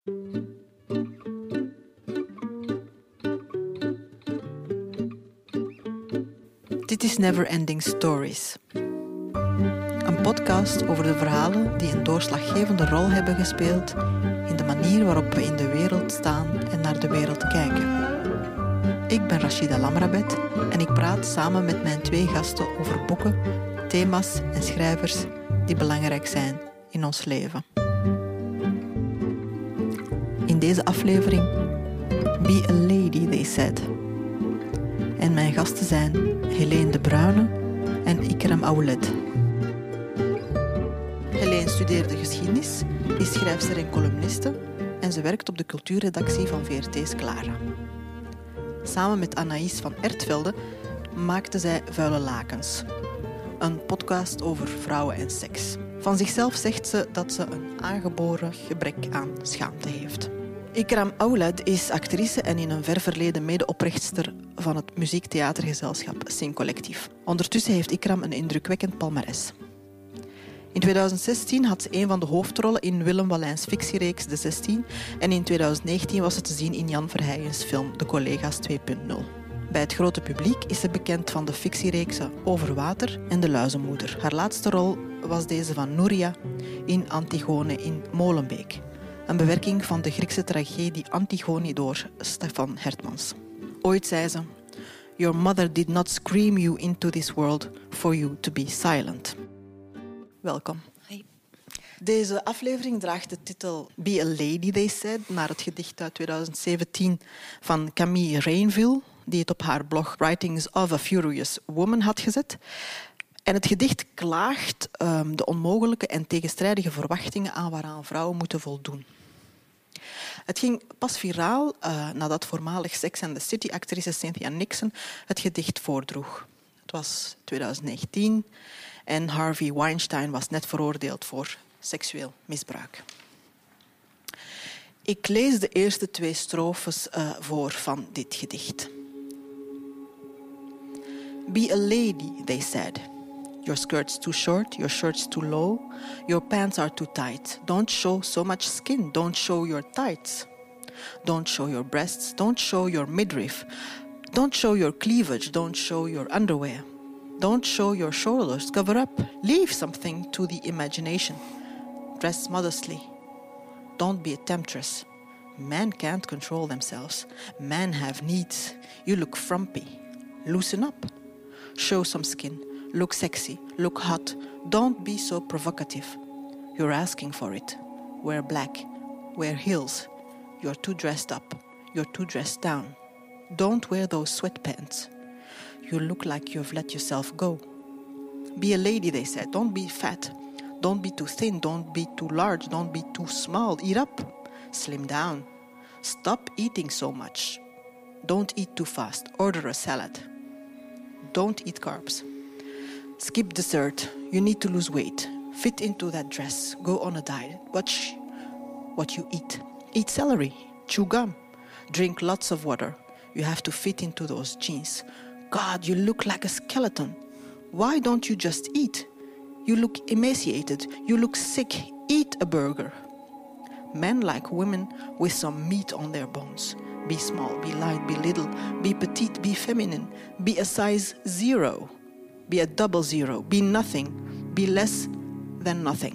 Dit is Neverending Stories. Een podcast over de verhalen die een doorslaggevende rol hebben gespeeld in de manier waarop we in de wereld staan en naar de wereld kijken. Ik ben Rachida Lamrabet en ik praat samen met mijn 2 gasten over boeken, thema's en schrijvers die belangrijk zijn in ons leven. In deze aflevering Be a Lady, they said. En mijn gasten zijn Helene de Bruyne en Ikram Aoulet. Helene studeerde geschiedenis, is schrijfster en columniste en ze werkt op de cultuurredactie van VRT's Clara. Samen met Anaïs van Ertvelde maakte zij Vuile Lakens, een podcast over vrouwen en seks. Van zichzelf zegt ze dat ze een aangeboren gebrek aan schaamte heeft. Ikram Aoulet is actrice en in een ver verleden medeoprichtster van het muziektheatergezelschap Sing Collectief. Ondertussen heeft Ikram een indrukwekkend palmares. In 2016 had ze een van de hoofdrollen in Willem Wallijns fictiereeks De 16 en in 2019 was ze te zien in Jan Verheijens film De Collega's 2.0. Bij het grote publiek is ze bekend van de fictiereeksen Over Water en De Luizenmoeder. Haar laatste rol was deze van Nouria in Antigone in Molenbeek. Een bewerking van de Griekse tragedie Antigone door Stefan Hertmans. Ooit zei ze: "Your mother did not scream you into this world for you to be silent." Welkom. Hi. Deze aflevering draagt de titel Be a Lady, they said, naar het gedicht uit 2017 van Camille Rainville, die het op haar blog Writings of a Furious Woman had gezet. En het gedicht klaagt de onmogelijke en tegenstrijdige verwachtingen aan waaraan vrouwen moeten voldoen. Het ging pas viraal nadat voormalig Sex and the City-actrice Cynthia Nixon het gedicht voordroeg. Het was 2019 en Harvey Weinstein was net veroordeeld voor seksueel misbruik. Ik lees de eerste 2 strofes voor van dit gedicht. Be a lady, they said. Your skirt's too short, your shirt's too low, your pants are too tight. Don't show so much skin, don't show your tights. Don't show your breasts, don't show your midriff. Don't show your cleavage, don't show your underwear. Don't show your shoulders, cover up. Leave something to the imagination. Dress modestly. Don't be a temptress. Men can't control themselves. Men have needs. You look frumpy. Loosen up. Show some skin. Look sexy. Look hot. Don't be so provocative. You're asking for it. Wear black. Wear heels. You're too dressed up. You're too dressed down. Don't wear those sweatpants. You look like you've let yourself go. Be a lady, they said. Don't be fat. Don't be too thin. Don't be too large. Don't be too small. Eat up. Slim down. Stop eating so much. Don't eat too fast. Order a salad. Don't eat carbs. Skip dessert. You need to lose weight. Fit into that dress. Go on a diet. Watch what you eat. Eat celery. Chew gum. Drink lots of water. You have to fit into those jeans. God, you look like a skeleton. Why don't you just eat? You look emaciated. You look sick. Eat a burger. Men like women with some meat on their bones. Be small, be light, be little, be petite, be feminine. Be a size 0. Be a double 0. Be nothing. Be less than nothing.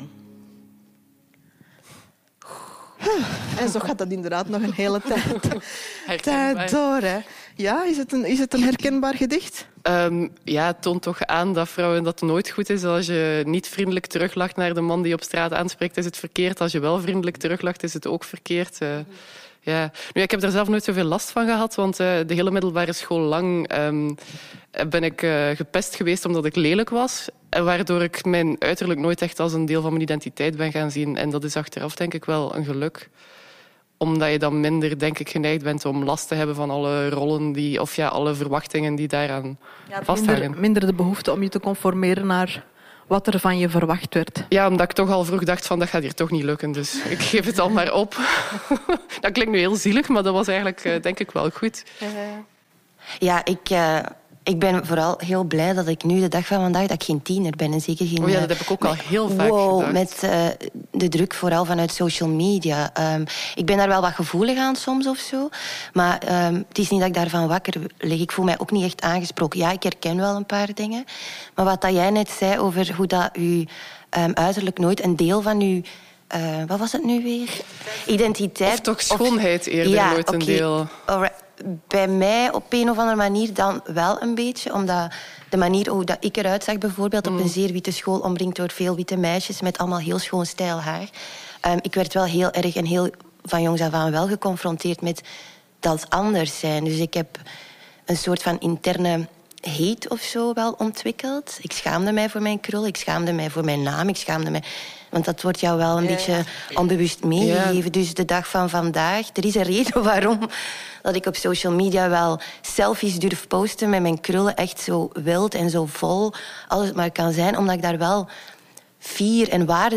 En zo gaat dat inderdaad nog een hele tijd door. Hè. Ja, is het een herkenbaar gedicht? Ja, het toont toch aan dat vrouwen dat nooit goed is. Als je niet vriendelijk teruglacht naar de man die je op straat aanspreekt, is het verkeerd. Als je wel vriendelijk teruglacht, is het ook verkeerd. Ja. Nu, ik heb er zelf nooit zoveel last van gehad, want de hele middelbare school lang ben ik gepest geweest omdat ik lelijk was. Waardoor ik mijn uiterlijk nooit echt als een deel van mijn identiteit ben gaan zien. En dat is achteraf denk ik wel een geluk. Omdat je dan minder, denk ik, geneigd bent om last te hebben van alle rollen alle verwachtingen die daaraan vasthangen. Minder de behoefte om je te conformeren naar wat er van je verwacht werd. Ja, omdat ik toch al vroeg dacht van dat gaat hier toch niet lukken. Dus ik geef het al maar op. Dat klinkt nu heel zielig, maar dat was eigenlijk denk ik wel goed. Ja, ik Ik ben vooral heel blij dat ik nu, de dag van vandaag, dat ik geen tiener ben. En zeker geen, dat heb ik ook al heel vaak gedacht. Met de druk vooral vanuit social media. Ik ben daar wel wat gevoelig aan soms of zo. Maar het is niet dat ik daarvan wakker lig. Ik voel mij ook niet echt aangesproken. Ja, ik herken wel een paar dingen. Maar wat dat jij net zei over hoe dat uw uiterlijk nooit een deel van uw... wat was het nu weer? Identiteit. Of toch schoonheid eerder nooit een deel. Alright. Bij mij op een of andere manier dan wel een beetje. Omdat de manier hoe dat ik eruit zag bijvoorbeeld... op een zeer witte school, omringd door veel witte meisjes... met allemaal heel schoon stijl haar. Ik werd wel heel erg en heel van jongs af aan wel geconfronteerd met dat anders zijn. Dus ik heb een soort van interne hate of zo wel ontwikkeld. Ik schaamde mij voor mijn krul, ik schaamde mij voor mijn naam, ik schaamde mij... Want dat wordt jou wel een beetje onbewust meegegeven. Ja. Dus de dag van vandaag... Er is een reden waarom dat ik op social media wel selfies durf posten... met mijn krullen echt zo wild en zo vol als het maar kan zijn. Omdat ik daar wel fier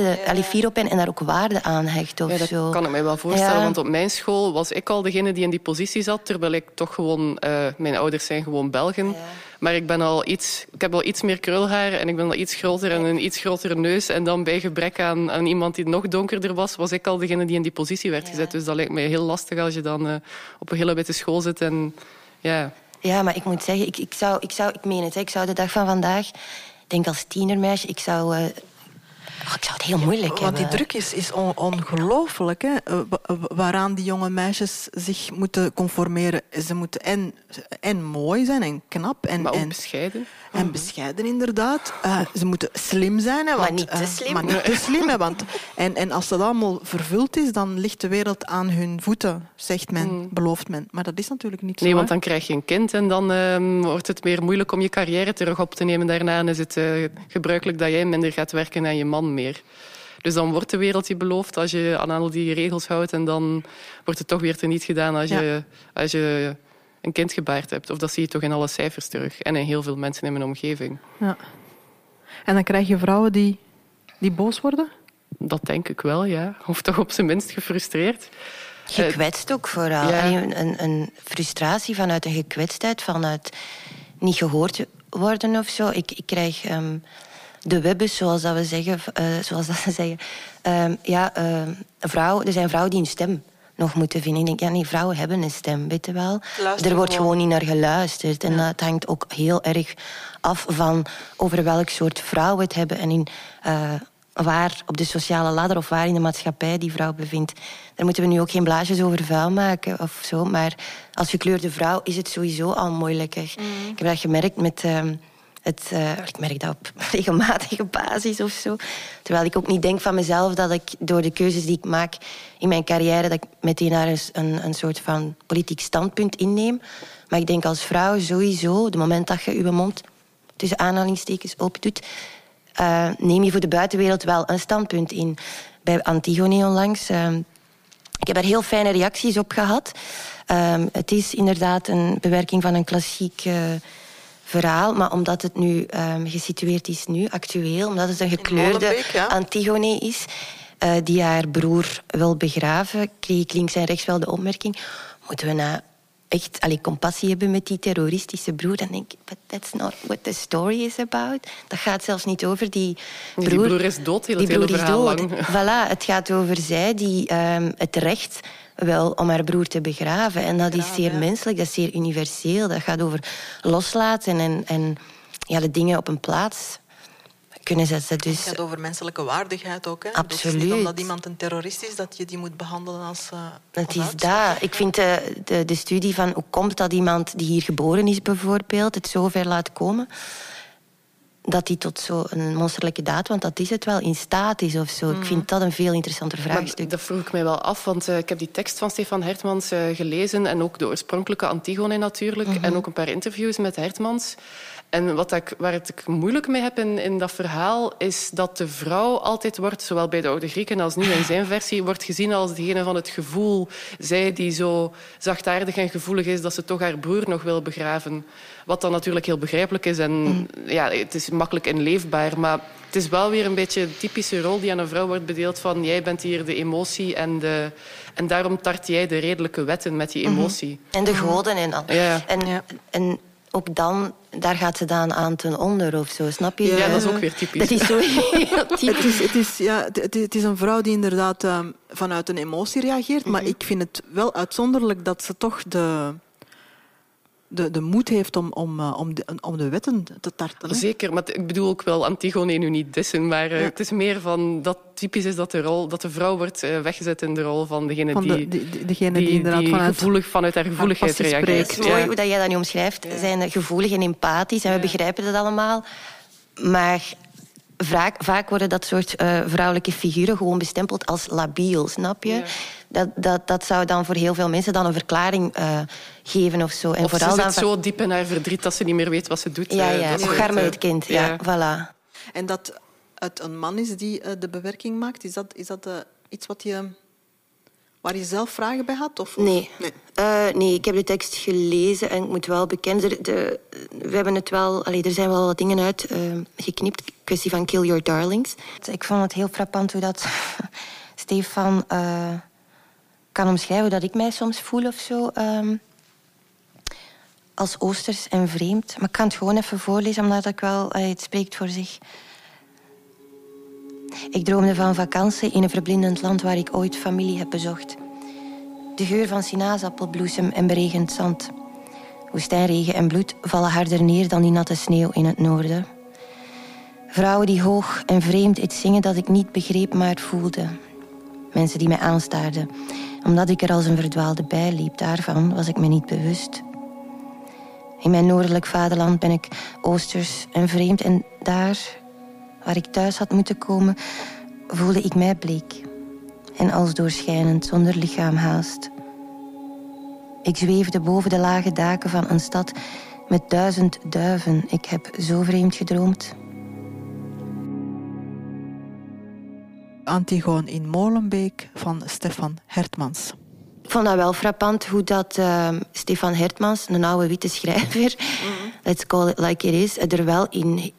op ben en daar ook waarde aan hecht. Of dat zo. Kan ik mij wel voorstellen. Want op mijn school was ik al degene die in die positie zat. Terwijl ik toch gewoon... mijn ouders zijn gewoon Belgen. Ja. Maar ik heb al iets meer krulhaar en ik ben al iets groter en een iets grotere neus. En dan bij gebrek aan iemand die nog donkerder was ik al degene die in die positie werd gezet. Dus dat lijkt mij heel lastig als je dan op een hele witte school zit. En, ja, maar ik moet zeggen, ik meen het. Ik zou de dag van vandaag, ik denk als tienermeisje, ik zou het heel moeilijk hebben. Want die druk is ongelooflijk. Hè? Waaraan die jonge meisjes zich moeten conformeren. Ze moeten en mooi zijn en knap. Maar ook bescheiden. En bescheiden, inderdaad. Ze moeten slim zijn. Hè, want, maar niet te slim. Maar niet te slim. Hè, want, en als dat allemaal vervuld is, dan ligt de wereld aan hun voeten, zegt men, belooft men. Maar dat is natuurlijk niet zo. Nee, want dan krijg je een kind en dan wordt het meer moeilijk om je carrière terug op te nemen. Daarna is het gebruikelijk dat jij minder gaat werken en je man meer. Dus dan wordt de wereld je beloofd als je aan al die regels houdt. En dan wordt het toch weer teniet gedaan als je een kind gebaard hebt. Of dat zie je toch in alle cijfers terug. En in heel veel mensen in mijn omgeving. Ja. En dan krijg je vrouwen die boos worden? Dat denk ik wel, ja. Of toch op zijn minst gefrustreerd. Gekwetst ook vooral. Ja. Een frustratie vanuit een gekwetstheid, vanuit niet gehoord worden of zo. Ik krijg de webbes, zoals dat we zeggen. Er zijn vrouwen die een stem nog moeten vinden. Ik denk, vrouwen hebben een stem, weet je wel. Er wordt gewoon niet naar geluisterd. En dat hangt ook heel erg af van over welk soort vrouw we het hebben en waar op de sociale ladder of waar in de maatschappij die vrouw bevindt. Daar moeten we nu ook geen blaasjes over vuil maken of zo. Maar als gekleurde vrouw is het sowieso al moeilijker. Ik heb dat gemerkt met... ik merk dat op regelmatige basis of zo. Terwijl ik ook niet denk van mezelf dat ik door de keuzes die ik maak in mijn carrière, dat ik meteen daar een soort van politiek standpunt inneem. Maar ik denk als vrouw sowieso, het moment dat je je mond tussen aanhalingstekens open doet, neem je voor de buitenwereld wel een standpunt in. Bij Antigone onlangs. Ik heb er heel fijne reacties op gehad. Het is inderdaad een bewerking van een klassiek verhaal, maar omdat het nu gesitueerd is, actueel, omdat het een gekleurde Antigone is, die haar broer wil begraven, kreeg ik links en rechts wel de opmerking, moeten we nou echt compassie hebben met die terroristische broer? Dan denk ik, but that's not what the story is about. Dat gaat zelfs niet over die broer. Die broer is dood, die broer is dood. Voilà, het gaat over zij die het recht wel om haar broer te begraven. En dat is zeer menselijk, dat is zeer universeel. Dat gaat over loslaten en de dingen op een plaats kunnen zetten. Dus het gaat over menselijke waardigheid ook. Hè? Absoluut. Het is niet omdat iemand een terrorist is dat je die moet behandelen als... het is dat. Ik vind de studie van hoe komt dat iemand die hier geboren is bijvoorbeeld het zo ver laat komen, dat die tot zo'n monsterlijke daad, want dat is het wel, in staat is of zo. Ik vind dat een veel interessanter vraagstuk. Maar dat vroeg ik mij wel af, want ik heb die tekst van Stefan Hertmans gelezen en ook de oorspronkelijke Antigone natuurlijk, en ook een paar interviews met Hertmans. En waar ik moeilijk mee heb in dat verhaal, is dat de vrouw altijd wordt, zowel bij de oude Grieken als nu in zijn versie, wordt gezien als degene van het gevoel. Zij die zo zachtaardig en gevoelig is, dat ze toch haar broer nog wil begraven. Wat dan natuurlijk heel begrijpelijk is. En het is makkelijk inleefbaar, maar het is wel weer een beetje een typische rol die aan een vrouw wordt bedeeld van jij bent hier de emotie en daarom tart jij de redelijke wetten met die emotie. En de goden en al. Ja. En ook dan, daar gaat ze dan aan ten onder of zo, snap je? Ja, dat is ook weer typisch. Dat is zo heel typisch. Het is een vrouw die inderdaad vanuit een emotie reageert, maar ik vind het wel uitzonderlijk dat ze toch de moed heeft om de wetten te tarten. Hè? Zeker, maar ik bedoel ook wel Antigone nu niet dissen, maar het is meer van dat typisch is dat de vrouw wordt weggezet in de rol van degene die vanuit haar gevoeligheid reageert. Het is mooi hoe dat jij dat nu omschrijft. Ze zijn gevoelig en empathisch en we begrijpen dat allemaal. Maar vaak worden dat soort vrouwelijke figuren gewoon bestempeld als labiel, snap je? Ja. Dat zou dan voor heel veel mensen dan een verklaring geven of zo. En of vooral ze zit zo diep in haar verdriet dat ze niet meer weet wat ze doet. Of met het kind. Ja, voilà. En dat het een man is die de bewerking maakt, is dat iets waar je zelf vragen bij had? Of? Nee. Nee, ik heb de tekst gelezen en ik moet wel bekennen... we hebben het wel... er zijn wel wat dingen uit geknipt. Kwestie van Kill Your Darlings. Ik vond het heel frappant hoe dat Stefan kan omschrijven hoe dat ik mij soms voel of zo. Als oosters en vreemd. Maar ik kan het gewoon even voorlezen, omdat ik wel... het spreekt voor zich. Ik droomde van vakantie in een verblindend land waar ik ooit familie heb bezocht. De geur van sinaasappelbloesem en beregend zand. Woestijnregen en bloed vallen harder neer dan die natte sneeuw in het noorden. Vrouwen die hoog en vreemd iets zingen dat ik niet begreep, maar voelde. Mensen die mij aanstaarden, omdat ik er als een verdwaalde bij liep. Daarvan was ik me niet bewust. In mijn noordelijk vaderland ben ik oosters en vreemd en daar... waar ik thuis had moeten komen, voelde ik mij bleek. En als doorschijnend, zonder lichaam haast. Ik zweefde boven de lage daken van een stad met 1000 duiven. Ik heb zo vreemd gedroomd. Antigone in Molenbeek van Stefan Hertmans. Ik vond dat wel frappant hoe dat Stefan Hertmans, een oude witte schrijver, let's call it like it is, er wel in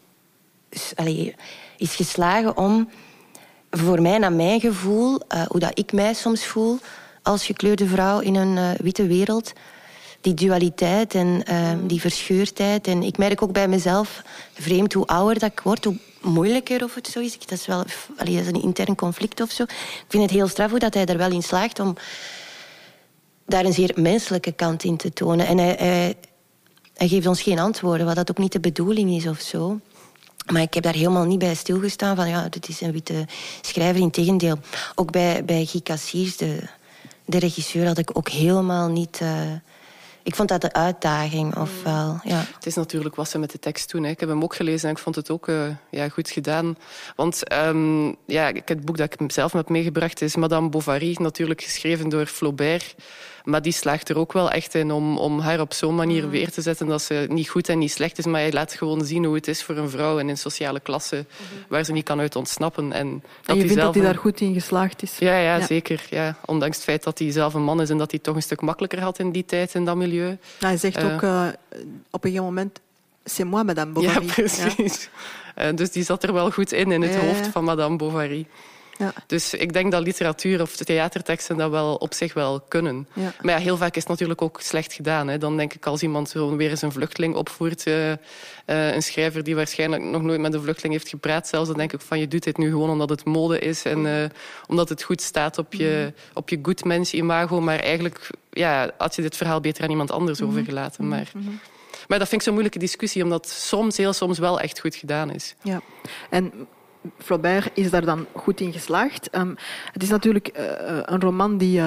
is geslagen om, voor mij, naar mijn gevoel, hoe dat ik mij soms voel als gekleurde vrouw in een witte wereld, die dualiteit en die verscheurdheid. En ik merk ook bij mezelf, vreemd hoe ouder dat ik word, hoe moeilijker of het zo is. Dat is wel dat is een intern conflict of zo. Ik vind het heel straf hoe dat hij er wel in slaagt om daar een zeer menselijke kant in te tonen. En hij geeft ons geen antwoorden, wat dat ook niet de bedoeling is of zo. Maar ik heb daar helemaal niet bij stilgestaan van ja, dit is een witte schrijver. Integendeel, ook bij Guy Cassiers, de regisseur, had ik ook helemaal niet... Ik vond dat de uitdaging, ofwel. Ja. Het is natuurlijk wat ze met de tekst doen. Hè. Ik heb hem ook gelezen en ik vond het ook goed gedaan. Want het boek dat ik zelf heb meegebracht is Madame Bovary, natuurlijk geschreven door Flaubert. Maar die slaagt er ook wel echt in om haar op zo'n manier weer te zetten dat ze niet goed en niet slecht is, maar hij laat gewoon zien hoe het is voor een vrouw in een sociale klasse waar ze niet kan uit ontsnappen. En je vindt dat hij daar goed in geslaagd is? Ja, zeker. Ja. Ondanks het feit dat hij zelf een man is en dat hij toch een stuk makkelijker had in die tijd, in dat milieu. Hij zegt ook op een gegeven moment, c'est moi, Madame Bovary. Ja, precies. Ja. Dus die zat er wel goed in het hoofd van Madame Bovary. Ja. Dus ik denk dat literatuur of theaterteksten dat wel op zich wel kunnen. Ja. Maar ja, heel vaak is het natuurlijk ook slecht gedaan. Hè. Dan denk ik, als iemand gewoon weer eens een vluchteling opvoert, een schrijver die waarschijnlijk nog nooit met een vluchteling heeft gepraat zelfs, dan denk ik van, je doet dit nu gewoon omdat het mode is en omdat het goed staat op je good mens imago. Maar eigenlijk had je dit verhaal beter aan iemand anders overgelaten. Maar dat vind ik zo'n moeilijke discussie, omdat heel soms wel echt goed gedaan is. Ja, en Flaubert is daar dan goed in geslaagd. Het is natuurlijk een roman die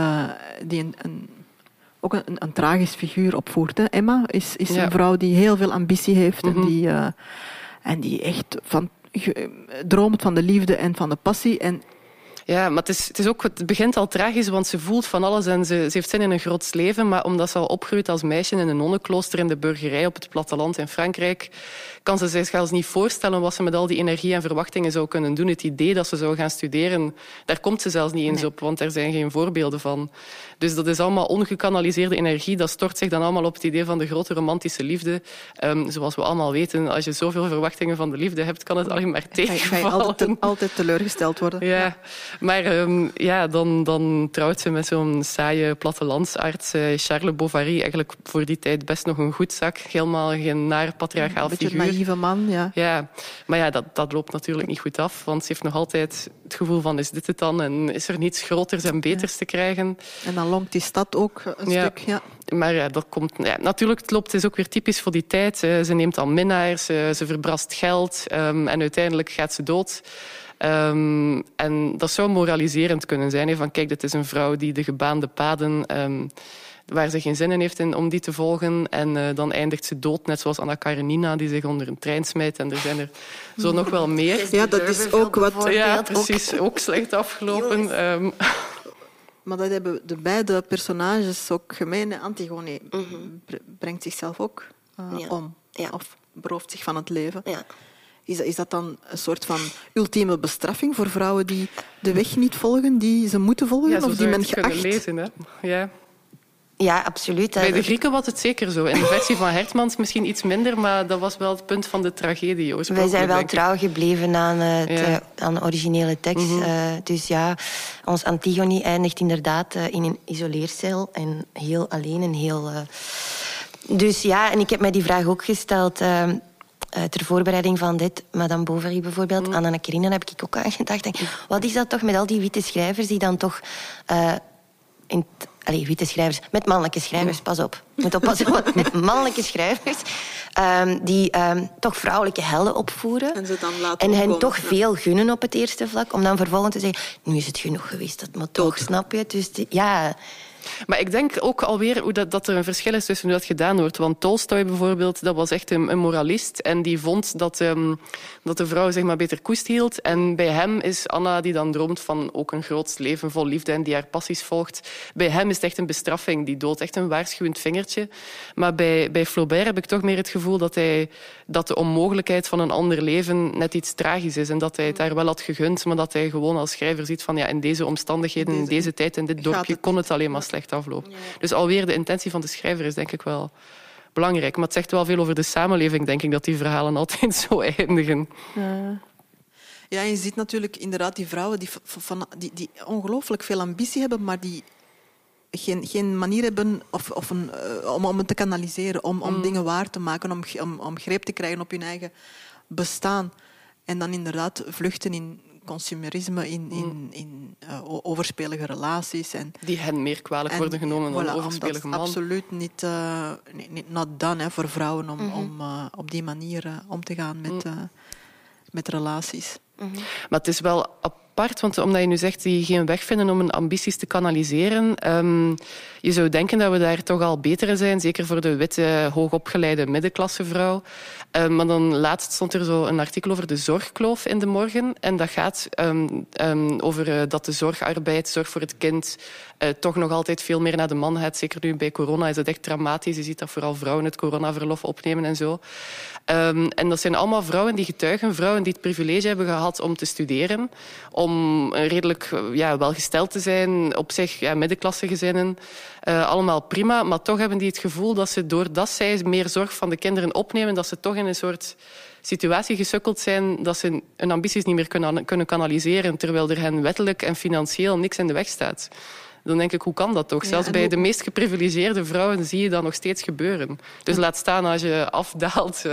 ook een tragisch figuur opvoert. Hè. Emma is een vrouw die heel veel ambitie heeft en die echt droomt van de liefde en van de passie. Ja, maar het begint al tragisch, want ze voelt van alles en ze heeft zin in een groots leven, maar omdat ze al opgroeit als meisje in een nonnenklooster in de burgerij op het platteland in Frankrijk, kan ze zich zelfs niet voorstellen wat ze met al die energie en verwachtingen zou kunnen doen. Het idee dat ze zou gaan studeren, daar komt ze zelfs niet eens op, want er zijn geen voorbeelden van. Dus dat is allemaal ongekanaliseerde energie. Dat stort zich dan allemaal op het idee van de grote romantische liefde. Zoals we allemaal weten, als je zoveel verwachtingen van de liefde hebt, kan het alleen maar tegenvallen. Ga je altijd teleurgesteld worden. Ja. Maar dan trouwt ze met zo'n saaie plattelandsarts, Charles Bovary. Eigenlijk voor die tijd best nog een goed zak. Helemaal geen naar patriarchaal figuur. Een beetje een naïeve man, ja. Ja, maar ja, dat loopt natuurlijk niet goed af. Want ze heeft nog altijd het gevoel van, is dit het dan? En is er niets groters en beters te krijgen? En dan longt die stad ook een stuk, ja. Maar ja, dat komt... Ja, natuurlijk, het is ook weer typisch voor die tijd. Ze neemt dan minnaars, ze verbrast geld en uiteindelijk gaat ze dood. En dat zou moraliserend kunnen zijn. Van kijk, dit is een vrouw die de gebaande paden... waar ze geen zin in heeft om die te volgen. En dan eindigt ze dood, net zoals Anna Karenina, die zich onder een trein smijt. En er zijn er zo nog wel meer. Ja, dat is ook wat... Ja, precies. Ook slecht afgelopen. Maar dat hebben de beide personages ook gemeen. Antigone brengt zichzelf ook om. Ja. Of berooft zich van het leven. Ja. Is dat dan een soort van ultieme bestraffing voor vrouwen die de weg niet volgen, die ze moeten volgen? Ja, zo of die men geacht kunnen lezen, hè? Ja. Ja, absoluut. Bij de Grieken was het zeker zo. In de versie van Hertmans misschien iets minder, maar dat was wel het punt van de tragedie. Wij zijn wel trouw gebleven aan de originele tekst. Dus ja, ons Antigone eindigt inderdaad in een isoleercel en heel alleen en heel... Dus ja, en ik heb mij die vraag ook gesteld... ter voorbereiding van dit, Madame Bovary bijvoorbeeld, Anna Karenina heb ik ook aan gedacht. Wat is dat toch met al die witte schrijvers die dan toch... witte schrijvers, met mannelijke schrijvers, pas op. Moet oppassen, met mannelijke schrijvers die toch vrouwelijke helden opvoeren. En ze dan laten en hen opkomen, toch veel gunnen op het eerste vlak, om dan vervolgens te zeggen, nu is het genoeg geweest, dat moet toch, snap je? Dus ja... Maar ik denk ook alweer dat er een verschil is tussen hoe dat gedaan wordt. Want Tolstoy bijvoorbeeld, dat was echt een moralist. En die vond dat de vrouw zich maar beter koest hield. En bij hem is Anna, die dan droomt van ook een groot leven vol liefde en die haar passies volgt. Bij hem is het echt een bestraffing, die dood. Echt een waarschuwend vingertje. Maar bij Flaubert heb ik toch meer het gevoel dat de onmogelijkheid van een ander leven net iets tragisch is. En dat hij het daar wel had gegund, maar dat hij gewoon als schrijver ziet van in deze omstandigheden, in deze tijd, in dit dorpje, kon het alleen maar slecht aflopen. Ja. Dus alweer de intentie van de schrijver is denk ik wel belangrijk. Maar het zegt wel veel over de samenleving, denk ik, dat die verhalen altijd zo eindigen. Ja, je ziet natuurlijk inderdaad die vrouwen die ongelooflijk veel ambitie hebben, maar die geen manier hebben om het te kanaliseren, om dingen waar te maken, om greep te krijgen op hun eigen bestaan. En dan inderdaad vluchten in consumerisme, in overspelige relaties. Die hen meer kwalijk worden genomen dan overspelige man. Absoluut niet not done voor vrouwen om op die manier om te gaan met relaties. Maar het is wel apart, want omdat je nu zegt die geen weg vinden om hun ambities te kanaliseren, je zou denken dat we daar toch al beter in zijn, zeker voor de witte, hoogopgeleide middenklassevrouw. Maar dan laatst stond er zo een artikel over de zorgkloof in De Morgen. En dat gaat over dat de zorgarbeid, zorg voor het kind, toch nog altijd veel meer naar de man gaat. Zeker nu bij corona is het echt dramatisch. Je ziet dat vooral vrouwen het coronaverlof opnemen en zo. En dat zijn allemaal vrouwen die getuigen, vrouwen die het privilege hebben gehad om te studeren, om redelijk welgesteld te zijn, op zich middenklassegezinnen, allemaal prima, maar toch hebben die het gevoel dat ze, doordat zij meer zorg van de kinderen opnemen, dat ze toch in een soort situatie gesukkeld zijn dat ze hun ambities niet meer kunnen kanaliseren, terwijl er hen wettelijk en financieel niks in de weg staat. Dan denk ik, hoe kan dat toch? Zelfs bij de meest geprivilegeerde vrouwen zie je dat nog steeds gebeuren. Dus laat staan als je afdaalt.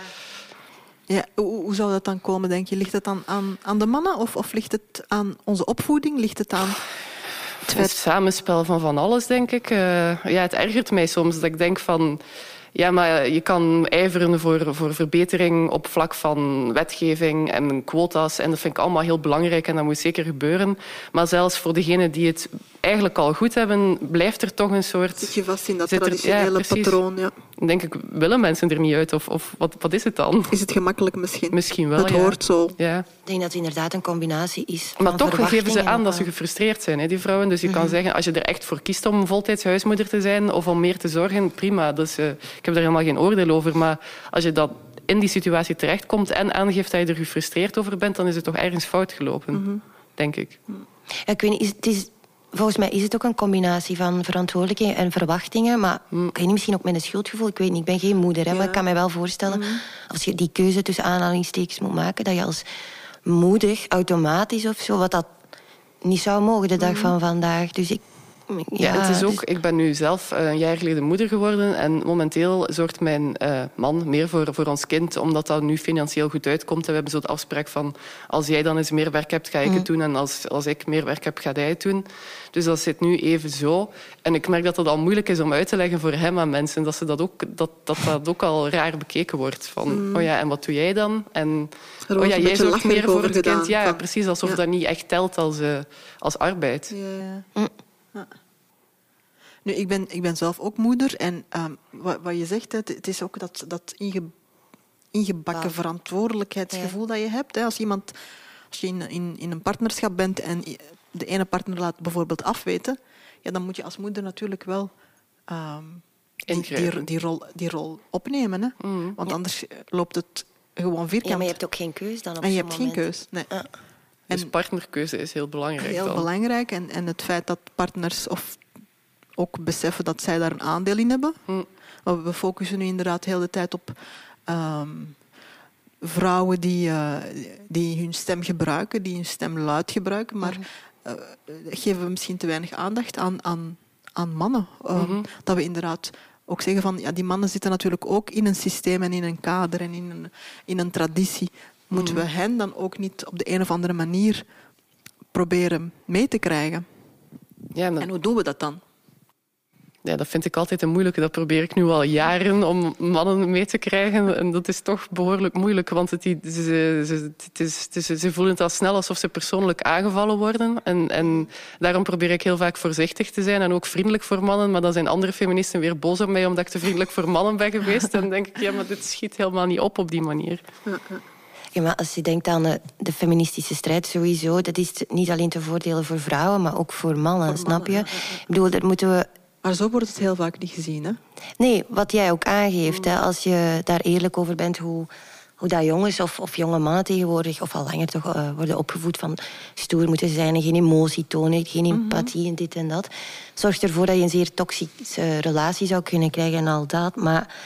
Ja, hoe zou dat dan komen, denk je? Ligt het dan aan de mannen of ligt het aan onze opvoeding? Ligt het aan... Het is een samenspel van alles, denk ik. Het ergert mij soms dat ik denk van... Ja, maar je kan ijveren voor verbetering op vlak van wetgeving en quota's. En dat vind ik allemaal heel belangrijk en dat moet zeker gebeuren. Maar zelfs voor degenen die het eigenlijk al goed hebben, blijft er toch een soort... Zit je vast in dat traditionele patroon, ja. Dan denk ik, willen mensen er niet uit? Of wat is het dan? Is het gemakkelijk misschien? Misschien wel, het hoort zo. Ja. Ik denk dat het inderdaad een combinatie is van maar toch geven ze aan dat ze gefrustreerd zijn, die vrouwen. Dus je kan zeggen, als je er echt voor kiest om voltijds huismoeder te zijn of om meer te zorgen, prima. Dus, ik heb daar helemaal geen oordeel over. Maar als je dat in die situatie terechtkomt en aangeeft dat je er gefrustreerd over bent, dan is het toch ergens fout gelopen, denk ik. Ja, ik weet niet, volgens mij is het ook een combinatie van verantwoordelijkheden en verwachtingen. Maar ik weet niet, misschien ook met een schuldgevoel. Ik weet niet, ik ben geen moeder. Hè, maar ik kan mij wel voorstellen, als je die keuze tussen aanhalingstekens moet maken, dat je als moeder automatisch of zo, wat dat niet zou mogen de dag van vandaag. Dus het is ook, ik ben nu zelf een jaar geleden moeder geworden en momenteel zorgt mijn man meer voor ons kind, omdat dat nu financieel goed uitkomt. En we hebben zo de afspraak van, als jij dan eens meer werk hebt, ga ik het doen. En als ik meer werk heb, ga jij het doen. Dus dat zit nu even zo. En ik merk dat het al moeilijk is om uit te leggen voor hem aan mensen. Dat ook al raar bekeken wordt. Van, en wat doe jij dan? En jij zorgt meer voor het kind. Ja, precies, alsof dat niet echt telt als arbeid. Ja. Nu, ik ben zelf ook moeder en wat je zegt, het is ook dat ingebakken verantwoordelijkheidsgevoel dat je hebt. Hè. Als je in een partnerschap bent en de ene partner laat bijvoorbeeld afweten, dan moet je als moeder natuurlijk wel die rol opnemen. Hè. Want anders loopt het gewoon vierkant. Ja, maar je hebt ook geen keus dan op en je zo'n hebt moment. geen keus, nee. Dus partnerkeuze is heel belangrijk. Heel belangrijk. En het feit dat partners ook beseffen dat zij daar een aandeel in hebben. Maar we focussen nu inderdaad heel de tijd op vrouwen die hun stem gebruiken, die hun stem luid gebruiken, maar geven we misschien te weinig aandacht aan mannen. Dat we inderdaad ook zeggen van, die mannen zitten natuurlijk ook in een systeem en in een kader en in een traditie. Moeten we hen dan ook niet op de een of andere manier proberen mee te krijgen? Ja, en hoe doen we dat dan? Ja, dat vind ik altijd een moeilijke. Dat probeer ik nu al jaren om mannen mee te krijgen. En dat is toch behoorlijk moeilijk, want ze voelen het al snel alsof ze persoonlijk aangevallen worden. En daarom probeer ik heel vaak voorzichtig te zijn en ook vriendelijk voor mannen. Maar dan zijn andere feministen weer boos op mij omdat ik te vriendelijk voor mannen ben geweest. En dan denk ik, maar dit schiet helemaal niet op die manier. Ja, maar als je denkt aan de feministische strijd sowieso, dat is niet alleen te voordelen voor vrouwen, maar ook voor mannen, snap je? Ik bedoel, daar moeten we... Maar zo wordt het heel vaak niet gezien, hè? Nee, wat jij ook aangeeft, hè, als je daar eerlijk over bent, hoe dat jongens of jonge mannen tegenwoordig, of al langer toch, worden opgevoed van stoer moeten zijn en geen emotie tonen, geen empathie en dit en dat, zorgt ervoor dat je een zeer toxische relatie zou kunnen krijgen en al dat. Maar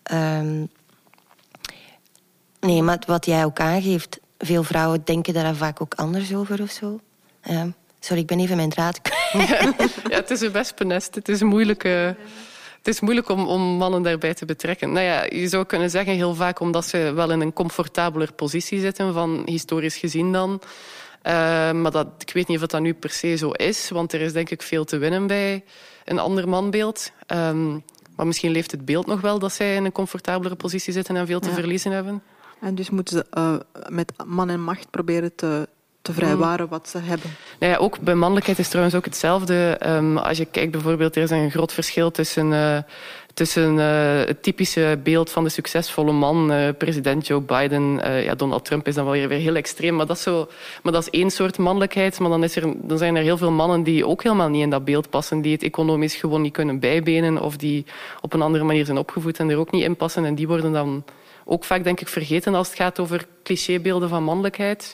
nee, maar wat jij ook aangeeft, veel vrouwen denken daar vaak ook anders over of zo. Sorry, ik ben even mijn draad kwijt. Ja, het is een wespennest. Het is moeilijk om mannen daarbij te betrekken. Nou ja, je zou kunnen zeggen heel vaak omdat ze wel in een comfortabeler positie zitten, van historisch gezien dan. Maar ik weet niet of dat nu per se zo is, want er is denk ik veel te winnen bij een ander manbeeld. Maar misschien leeft het beeld nog wel dat zij in een comfortabelere positie zitten en veel te verliezen hebben. En dus moeten ze met man en macht proberen te vrijwaren wat ze hebben. Nou ja, ook bij mannelijkheid is trouwens ook hetzelfde. Als je kijkt bijvoorbeeld, er is een groot verschil tussen het typische beeld van de succesvolle man, president Joe Biden. Donald Trump is dan wel weer heel extreem, maar dat is één soort mannelijkheid. Maar dan zijn er heel veel mannen die ook helemaal niet in dat beeld passen, die het economisch gewoon niet kunnen bijbenen of die op een andere manier zijn opgevoed en er ook niet in passen. En die worden dan ook vaak, denk ik, vergeten als het gaat over clichébeelden van mannelijkheid.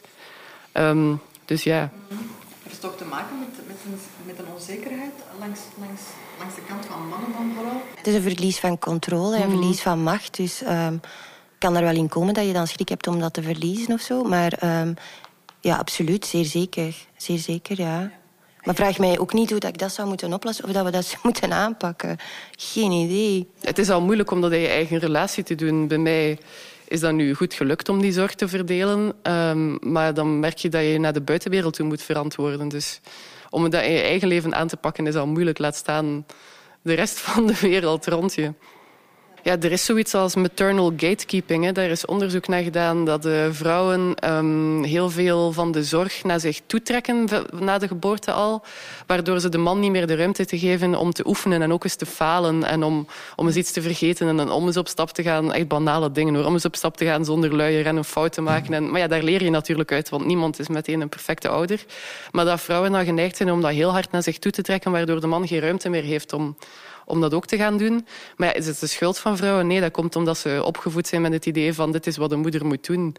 Dus ja. Heeft het toch te maken met een onzekerheid langs de kant van mannen dan vooral? Het is een verlies van controle en verlies van macht. Dus kan er wel in komen dat je dan schrik hebt om dat te verliezen of zo. Maar ja, absoluut, zeer zeker. Zeer zeker, ja. Maar vraag mij ook niet hoe dat ik dat zou moeten oplossen of dat we dat zou moeten aanpakken. Geen idee. Het is al moeilijk om dat in je eigen relatie te doen. Bij mij is dat nu goed gelukt om die zorg te verdelen. Maar dan merk je dat je naar de buitenwereld toe moet verantwoorden. Dus om dat in je eigen leven aan te pakken is al moeilijk. Laat staan de rest van de wereld rond je. Ja, er is zoiets als maternal gatekeeping. Hè. Daar is onderzoek naar gedaan dat de vrouwen heel veel van de zorg naar zich toetrekken na de geboorte al. Waardoor ze de man niet meer de ruimte te geven om te oefenen en ook eens te falen. En om eens iets te vergeten en om eens op stap te gaan. Echt banale dingen hoor. Om eens op stap te gaan zonder luier en een fout te maken. Maar ja, daar leer je natuurlijk uit, want niemand is meteen een perfecte ouder. Maar dat vrouwen dan geneigd zijn om dat heel hard naar zich toe te trekken, waardoor de man geen ruimte meer heeft om dat ook te gaan doen. Maar ja, is het de schuld van vrouwen? Nee, dat komt omdat ze opgevoed zijn met het idee van dit is wat een moeder moet doen.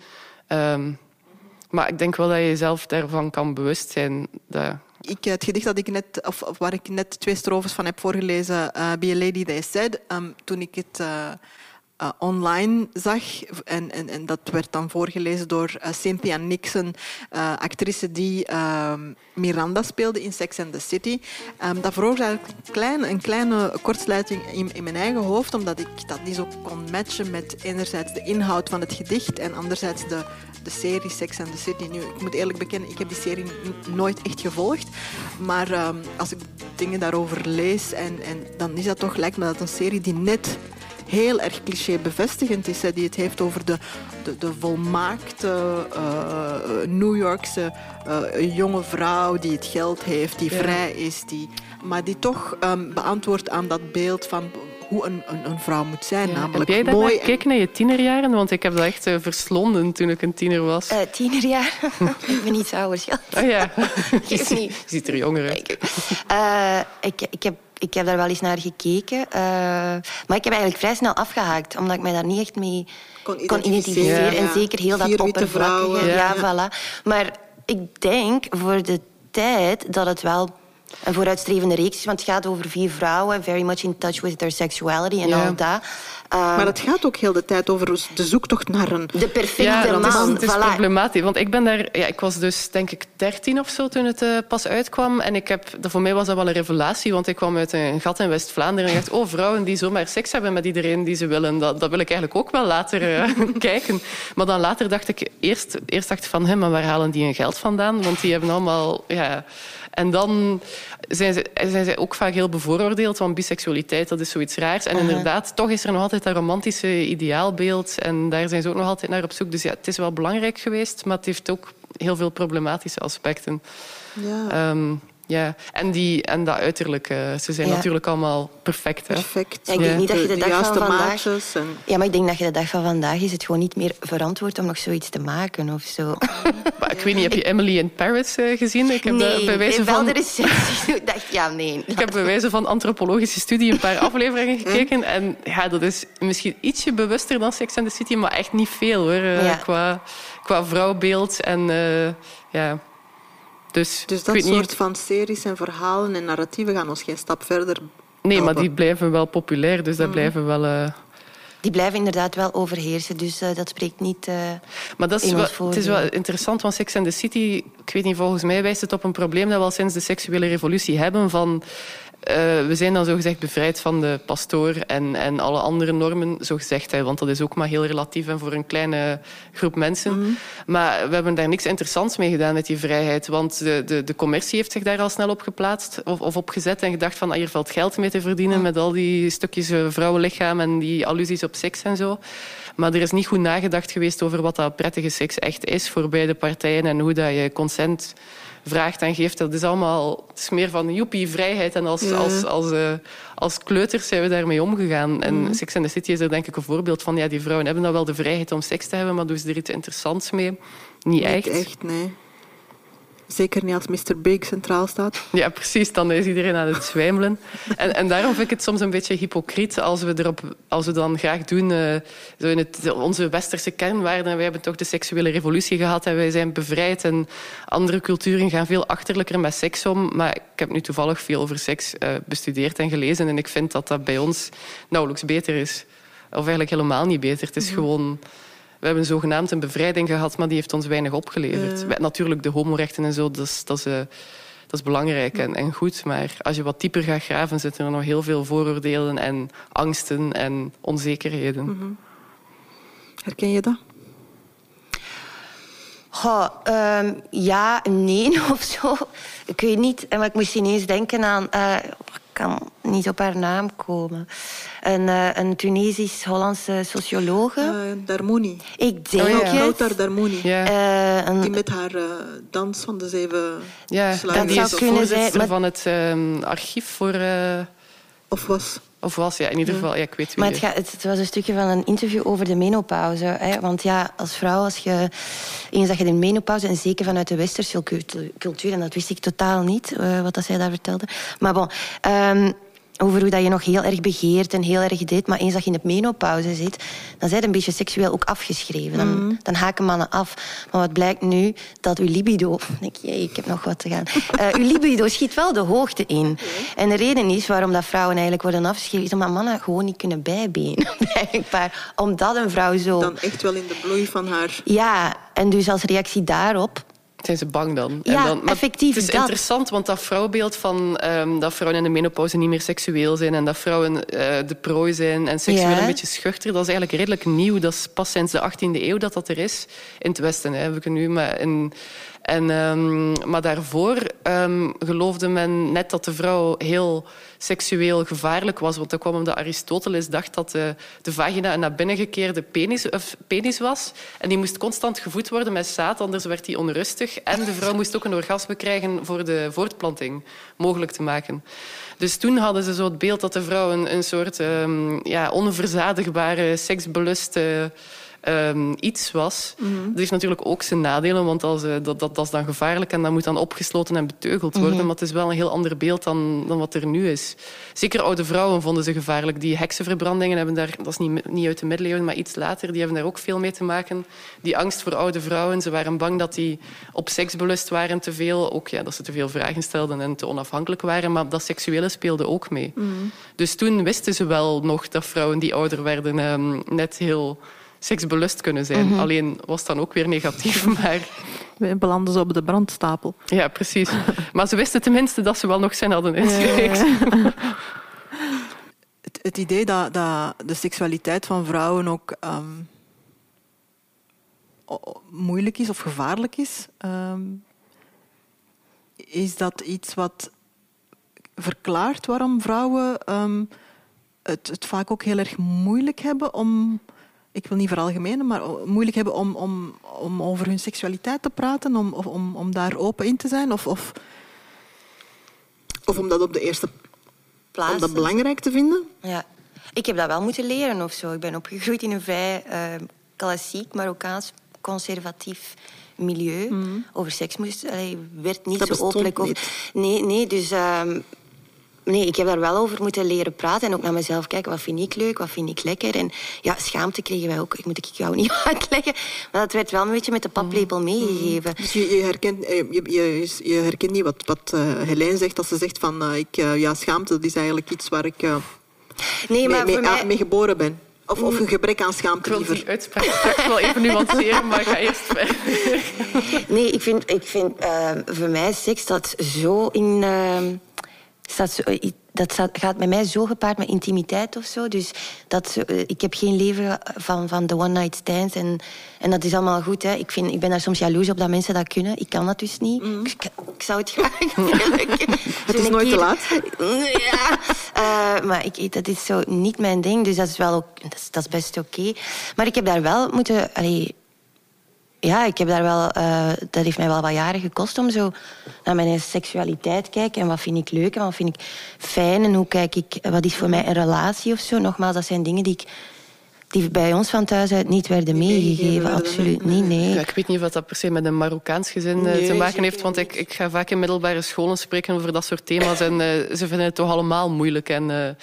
Maar ik denk wel dat je jezelf daarvan kan bewust zijn. Het gedicht dat ik net, of waar ik net 2 strofes van heb voorgelezen, Be a Lady They Said, toen ik het online zag. En dat werd dan voorgelezen door Cynthia Nixon, actrice die Miranda speelde in Sex and the City. Dat veroorzaakte een kleine kortsluiting in mijn eigen hoofd, omdat ik dat niet zo kon matchen met enerzijds de inhoud van het gedicht en anderzijds de serie Sex and the City. Nu, ik moet eerlijk bekennen, ik heb die serie nooit echt gevolgd. Maar als ik dingen daarover lees, en dan is dat toch, lijkt me dat een serie die net heel erg cliché-bevestigend is. Hè, die het heeft over de volmaakte New Yorkse jonge vrouw die het geld heeft, die vrij is, maar die toch beantwoordt aan dat beeld van hoe een vrouw moet zijn. Ja. Namelijk heb jij mooi. gekeken naar je tienerjaren? Want ik heb dat echt verslonden toen ik een tiener was. Tienerjaren? Ik ben iets ouder, schat. Oh ja, je ziet er jonger uit. Ik heb daar wel eens naar gekeken. Maar ik heb eigenlijk vrij snel afgehaakt. Omdat ik mij daar niet echt mee kon identificeren. Ja. En zeker heel dat oppervlakkige. Ja, voilà. Maar ik denk voor de tijd dat het wel een vooruitstrevende reeks is. Want het gaat over 4 vrouwen. Very much in touch with their sexuality en al dat. Maar het gaat ook heel de tijd over de zoektocht naar de perfecte man. Het is problematisch. Want ik was dus denk ik 13 of zo toen het pas uitkwam. En voor mij was dat wel een revelatie. Want ik kwam uit een gat in West-Vlaanderen. En ik dacht, vrouwen die zomaar seks hebben met iedereen die ze willen. Dat wil ik eigenlijk ook wel later kijken. Maar dan later dacht ik, eerst dacht ik van, maar waar halen die hun geld vandaan? Want die hebben allemaal... Ja. En dan zijn ze ook vaak heel bevooroordeeld, want biseksualiteit, dat is zoiets raars. En inderdaad, toch is er nog altijd dat romantische ideaalbeeld. En daar zijn ze ook nog altijd naar op zoek. Dus ja, het is wel belangrijk geweest, maar het heeft ook heel veel problematische aspecten. Ja. Ja, en dat uiterlijk. Ze zijn natuurlijk allemaal perfect. Hè? Perfect. Ja, ik denk niet dat je de dag van vandaag... Ja, maar ik denk dat je de dag van vandaag is het gewoon niet meer verantwoord om nog zoiets te maken of zo. Maar ik weet niet, heb je Emily in Paris gezien? Ik heb bij wijze van... de recensie. Ik dacht, nee. Ik heb bij wijze van antropologische studie een paar afleveringen gekeken. En ja, dat is misschien ietsje bewuster dan Sex and the City, maar echt niet veel, hoor. Qua vrouwbeeld en... ja... Dus dat soort van series en verhalen en narratieven gaan ons geen stap verder helpen. Nee, maar die blijven wel populair, dus dat blijven wel... Die blijven inderdaad wel overheersen, dus dat spreekt niet maar dat is het is wel interessant, want Sex and the City, ik weet niet, volgens mij wijst het op een probleem dat we al sinds de seksuele revolutie hebben van... we zijn dan zogezegd bevrijd van de pastoor en alle andere normen, zogezegd. Want dat is ook maar heel relatief en voor een kleine groep mensen. Maar we hebben daar niks interessants mee gedaan met die vrijheid. Want de commercie heeft zich daar al snel op geplaatst of op gezet en gedacht van hier valt geld mee te verdienen met al die stukjes vrouwenlichaam en die allusies op seks en zo. Maar er is niet goed nagedacht geweest over wat dat prettige seks echt is voor beide partijen en hoe dat je consent vraagt en geeft. Dat is allemaal... Het is meer van joepie, vrijheid. En als kleuters zijn we daarmee omgegaan. En Sex and the City is er denk ik een voorbeeld van. Ja, die vrouwen hebben dan wel de vrijheid om seks te hebben, maar doen ze er iets interessants mee? Niet echt, nee. Zeker niet als Mr. Big centraal staat. Ja, precies. Dan is iedereen aan het zwijmelen. En daarom vind ik het soms een beetje hypocriet als we dan graag doen... zo in onze westerse kernwaarden. Wij hebben toch de seksuele revolutie gehad en wij zijn bevrijd. En andere culturen gaan veel achterlijker met seks om. Maar ik heb nu toevallig veel over seks bestudeerd en gelezen. En ik vind dat dat bij ons nauwelijks beter is. Of eigenlijk helemaal niet beter. Het is gewoon... We hebben zogenaamd een bevrijding gehad, maar die heeft ons weinig opgeleverd. Natuurlijk, de homorechten en zo, dat is belangrijk en goed. Maar als je wat dieper gaat graven, zitten er nog heel veel vooroordelen en angsten en onzekerheden. Herken je dat? Ja, nee of zo. Ik weet niet. Maar ik moest ineens denken aan... ik kan niet op haar naam komen. Een Tunesisch-Hollandse sociologe. Darmouni. Ik denk Kautar Darmouni. Ja. Die met haar dans van de 7 sluiten. Die is voorzitter van het archief voor... Of was, ja, in ieder geval. Ja, ik weet wie. Maar het was een stukje van een interview over de menopauze. Hè? Want ja, als vrouw, eens dat je de menopauze, en zeker vanuit de westerse cultuur, en dat wist ik totaal niet, wat dat zij daar vertelde. Maar bon, over hoe dat je nog heel erg begeert en heel erg dit. Maar eens dat je in de menopauze zit, dan zijn je een beetje seksueel ook afgeschreven. Dan haken mannen af. Maar wat blijkt nu? Dat uw libido... Ik heb nog wat te gaan. Uw libido schiet wel de hoogte in. Okay. En de reden is waarom dat vrouwen eigenlijk worden afgeschreven, is omdat mannen gewoon niet kunnen bijbenen. Blijkbaar. Omdat een vrouw zo... Dan echt wel in de bloei van haar... Ja, en dus als reactie daarop... Zijn ze bang dan? Ja, en dan, effectief. Het is interessant, want dat vrouwbeeld van dat vrouwen in de menopauze niet meer seksueel zijn en dat vrouwen de prooi zijn en seksueel een beetje schuchter, dat is eigenlijk redelijk nieuw. Dat is pas sinds de 18e eeuw dat er is. In het Westen, heb ik nu. Maar daarvoor geloofde men net dat de vrouw heel seksueel gevaarlijk was. Want dat kwam omdat Aristoteles dacht dat de vagina een naar binnen gekeerde penis was. En die moest constant gevoed worden met zaad, anders werd die onrustig. En de vrouw moest ook een orgasme krijgen voor de voortplanting mogelijk te maken. Dus toen hadden ze zo het beeld dat de vrouw een soort onverzadigbare, seksbeluste... iets was. Dat heeft natuurlijk ook zijn nadelen, want dat is dan gevaarlijk en dat moet dan opgesloten en beteugeld worden. Maar het is wel een heel ander beeld dan wat er nu is. Zeker oude vrouwen vonden ze gevaarlijk. Die heksenverbrandingen hebben daar, dat is niet uit de middeleeuwen, maar iets later, die hebben daar ook veel mee te maken. Die angst voor oude vrouwen, ze waren bang dat die op seks belust waren te veel. Ook dat ze te veel vragen stelden en te onafhankelijk waren, maar dat seksuele speelde ook mee. Dus toen wisten ze wel nog dat vrouwen die ouder werden net heel... seksbelust kunnen zijn. Alleen was het dan ook weer negatief, maar... We belanden ze op de brandstapel. Ja, precies. Maar ze wisten tenminste dat ze wel nog zin hadden in seks. Het idee dat de seksualiteit van vrouwen ook moeilijk is of gevaarlijk is dat iets wat verklaart waarom vrouwen het vaak ook heel erg moeilijk hebben om... Ik wil niet veralgemenen, maar moeilijk hebben om over hun seksualiteit te praten, om daar open in te zijn? Of om dat op de eerste plaats om dat belangrijk te vinden? Ja, ik heb dat wel moeten leren of zo. Ik ben opgegroeid in een vrij klassiek Marokkaans conservatief milieu. Over seks werd niet dat zo openlijk over. Nee, dus... Nee, ik heb daar wel over moeten leren praten en ook naar mezelf kijken. Wat vind ik leuk, wat vind ik lekker? En ja, schaamte kregen wij ook. Ik moet jou niet uitleggen. Maar dat werd wel een beetje met de paplepel meegegeven. Dus je herkent niet wat Helene zegt als ze zegt van... schaamte, dat is eigenlijk iets waar ik mee geboren ben. Of een gebrek aan schaamte. Ik wil die uitspraak straks wel even nuanceren, maar ik ga eerst verder. Nee, ik vind voor mij seks dat zo in... Dat gaat bij mij zo gepaard met intimiteit of zo. Dus ik heb geen leven van de one-night stands. En dat is allemaal goed. Hè. Ik ben daar soms jaloers op dat mensen dat kunnen. Ik kan dat dus niet. Ik zou het graag willen. Het is nooit te laat. Ja. Maar dat is zo niet mijn ding. Dus dat is wel dat is best oké. Maar ik heb daar wel moeten... Ja, ik heb daar wel... dat heeft mij wel wat jaren gekost om zo naar mijn seksualiteit te kijken. En wat vind ik leuk en wat vind ik fijn. En hoe kijk ik... Wat is voor mij een relatie of zo? Nogmaals, dat zijn dingen die bij ons van thuis uit niet werden meegegeven. Absoluut niet, nee. Ja, ik weet niet of dat per se met een Marokkaans gezin te maken heeft. Want ik ga vaak in middelbare scholen spreken over dat soort thema's. En ze vinden het toch allemaal moeilijk. En,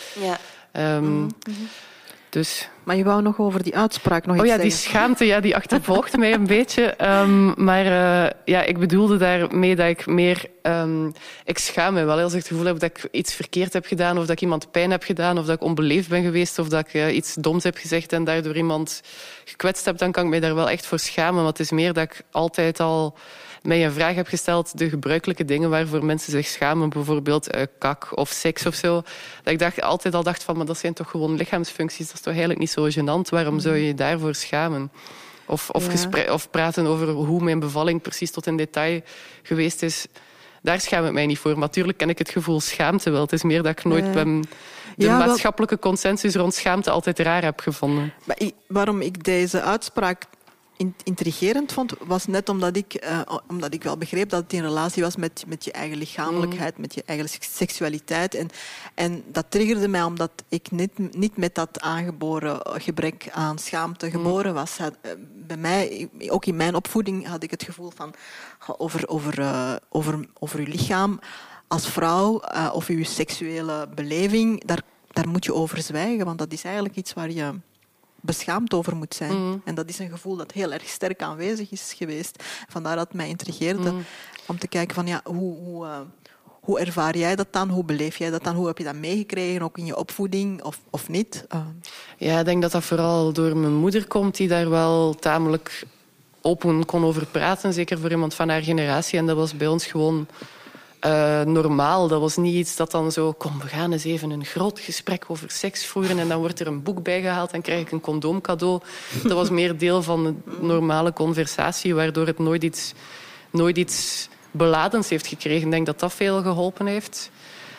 dus... Maar je wou nog over die uitspraak nog iets zeggen. Die schaamte, die achtervolgt mij een beetje. Maar ik bedoelde daarmee dat ik meer... ik schaam me wel als ik het gevoel heb dat ik iets verkeerd heb gedaan, of dat ik iemand pijn heb gedaan, of dat ik onbeleefd ben geweest, of dat ik iets doms heb gezegd en daardoor iemand gekwetst heb, dan kan ik mij daar wel echt voor schamen. Want het is meer dat ik altijd al mij een vraag heb gesteld, de gebruikelijke dingen waarvoor mensen zich schamen, bijvoorbeeld kak of seks of zo, dat ik altijd al dacht van, maar dat zijn toch gewoon lichaamsfuncties, dat is toch eigenlijk niet zo gênant, waarom zou je je daarvoor schamen? Of praten over hoe mijn bevalling precies tot in detail geweest is, daar schaam ik mij niet voor. Maar natuurlijk ken ik het gevoel schaamte wel. Het is meer dat ik nooit de maatschappelijke consensus rond schaamte altijd raar heb gevonden. Maar waarom ik deze uitspraak intrigerend vond, was net omdat ik wel begreep dat het in relatie was met je eigen lichamelijkheid, met je eigen seksualiteit. En dat triggerde mij omdat ik niet met dat aangeboren gebrek aan schaamte geboren was. Bij mij, ook in mijn opvoeding, had ik het gevoel van over je lichaam als vrouw of je seksuele beleving, daar moet je over zwijgen. Want dat is eigenlijk iets waar je beschaamd over moet zijn. En dat is een gevoel dat heel erg sterk aanwezig is geweest. Vandaar dat het mij intrigeerde om te kijken van hoe ervaar jij dat dan? Hoe beleef jij dat dan? Hoe heb je dat meegekregen, ook in je opvoeding of niet? Ja, ik denk dat dat vooral door mijn moeder komt, die daar wel tamelijk open kon over praten. Zeker voor iemand van haar generatie. En dat was bij ons gewoon normaal. Dat was niet iets dat dan zo... Kom, we gaan eens even een groot gesprek over seks voeren en dan wordt er een boek bijgehaald en krijg ik een condoom cadeau. Dat was meer deel van de normale conversatie, waardoor het nooit iets beladends heeft gekregen. Ik denk dat dat veel geholpen heeft.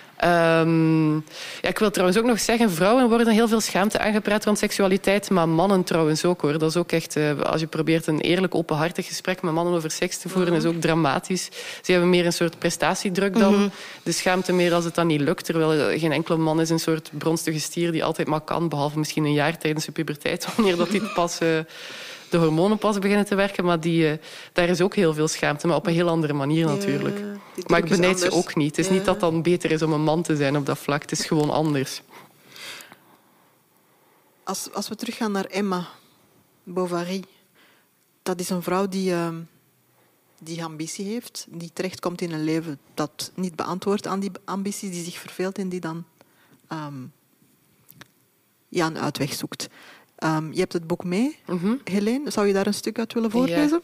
Ik wil trouwens ook nog zeggen, vrouwen worden heel veel schaamte aangepraat rond seksualiteit, maar mannen trouwens ook, hoor. Dat is ook echt, als je probeert een eerlijk, openhartig gesprek met mannen over seks te voeren, is ook dramatisch. Ze hebben meer een soort prestatiedruk dan de schaamte meer als het dan niet lukt, terwijl geen enkele man is een soort bronstige stier die altijd maar kan, behalve misschien een jaar tijdens de puberteit, wanneer dat dit pas... de hormonen pas beginnen te werken, maar daar is ook heel veel schaamte, maar op een heel andere manier natuurlijk. Maar ik benijd ze ook niet. Het is niet dat het dan beter is om een man te zijn op dat vlak. Het is gewoon anders. Als we teruggaan naar Emma Bovary, dat is een vrouw die ambitie heeft, die terechtkomt in een leven dat niet beantwoordt aan die ambities, die zich verveelt en die dan een uitweg zoekt. Je hebt het boek mee, Helene. Zou je daar een stuk uit willen voorlezen?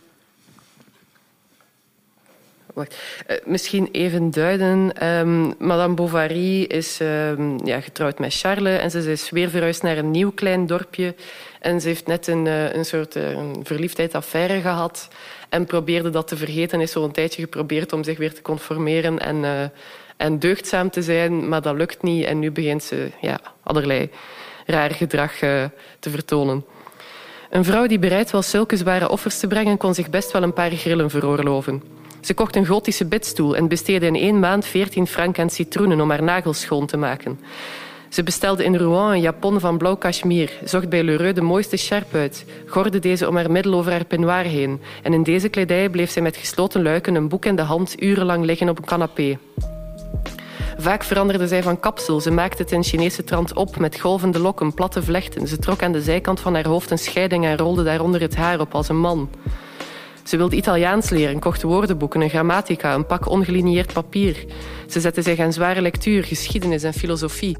Ja. Wacht. Misschien even duiden. Madame Bovary is getrouwd met Charles en ze is weer verhuisd naar een nieuw klein dorpje. En ze heeft net een soort verliefdheidsaffaire gehad en probeerde dat te vergeten. Is zo een tijdje geprobeerd om zich weer te conformeren en deugdzaam te zijn, maar dat lukt niet. En nu begint ze allerlei raar gedrag te vertonen. Een vrouw die bereid was zulke zware offers te brengen, kon zich best wel een paar grillen veroorloven. Ze kocht een gotische bidstoel en besteedde in 1 maand 14 frank aan citroenen om haar nagels schoon te maken. Ze bestelde in Rouen een japon van blauw cachemir, zocht bij Lheureux de mooiste sjerp uit, gordde deze om haar middel over haar peignoir heen. En in deze kledij bleef zij met gesloten luiken, een boek in de hand, urenlang liggen op een canapé. Vaak veranderde zij van kapsel. Ze maakte het in Chinese trant op met golvende lokken, platte vlechten. Ze trok aan de zijkant van haar hoofd een scheiding en rolde daaronder het haar op als een man. Ze wilde Italiaans leren, kocht woordenboeken, een grammatica, een pak ongelinieerd papier. Ze zette zich aan zware lectuur, geschiedenis en filosofie.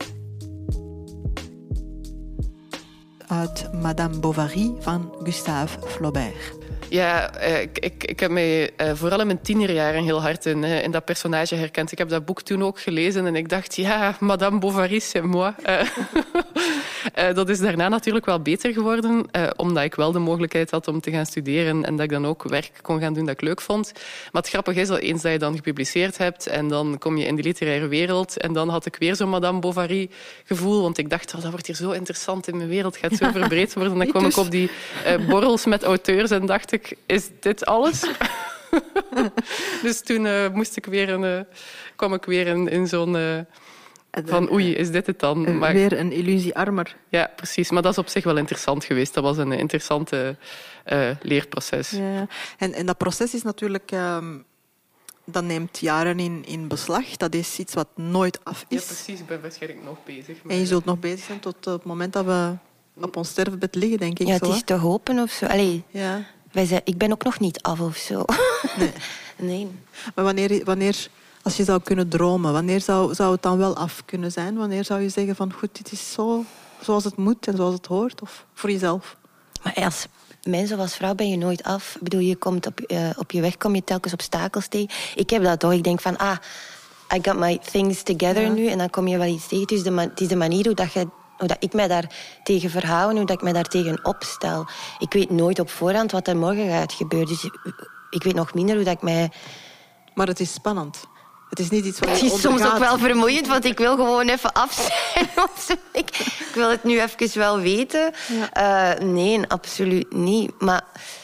Uit Madame Bovary van Gustave Flaubert. Ja, ik heb mij vooral in mijn tienerjaren heel hard in dat personage herkend. Ik heb dat boek toen ook gelezen en ik dacht, ja, Madame Bovary, c'est moi. Dat is daarna natuurlijk wel beter geworden, omdat ik wel de mogelijkheid had om te gaan studeren en dat ik dan ook werk kon gaan doen dat ik leuk vond. Maar het grappige is dat eens dat je dan gepubliceerd hebt en dan kom je in de literaire wereld en dan had ik weer zo'n Madame Bovary gevoel, want ik dacht, dat wordt hier zo interessant in mijn wereld, het gaat zo verbreed worden. Dan kwam ik op die borrels met auteurs en dacht ik, is dit alles? Dus toen kwam ik weer in zo'n... van oei, is dit het dan? Maar, weer een illusie armer. Ja, precies. Maar dat is op zich wel interessant geweest. Dat was een interessante leerproces. Ja. En dat proces is natuurlijk... dat neemt jaren in beslag. Dat is iets wat nooit af is. Ja, precies. Ik ben waarschijnlijk nog bezig. En je zult nog bezig zijn tot het moment dat we op ons sterfbed liggen, denk ik. Ja, zo, het is te hopen of zo. Allee, ja. Ik ben ook nog niet af of zo. Nee. Maar wanneer, als je zou kunnen dromen, wanneer zou het dan wel af kunnen zijn? Wanneer zou je zeggen van goed, dit is zo zoals het moet en zoals het hoort? Of voor jezelf? Maar als mens of als vrouw ben je nooit af. Ik bedoel, je komt op je weg kom je telkens obstakels tegen. Ik heb dat toch. Ik denk van, I got my things together nu. En dan kom je wel iets tegen. Dus het is de manier hoe dat ik mij daar tegen verhoud en hoe dat ik mij daar tegen opstel. Ik weet nooit op voorhand wat er morgen gaat gebeuren. Dus ik weet nog minder hoe dat ik mij... Maar het is spannend. Het is niet iets wat je Het is ondergaat. soms ook wel vermoeiend, want ik wil gewoon even af zijn. Ik wil het nu even wel weten. Ja. Nee, absoluut niet. Maar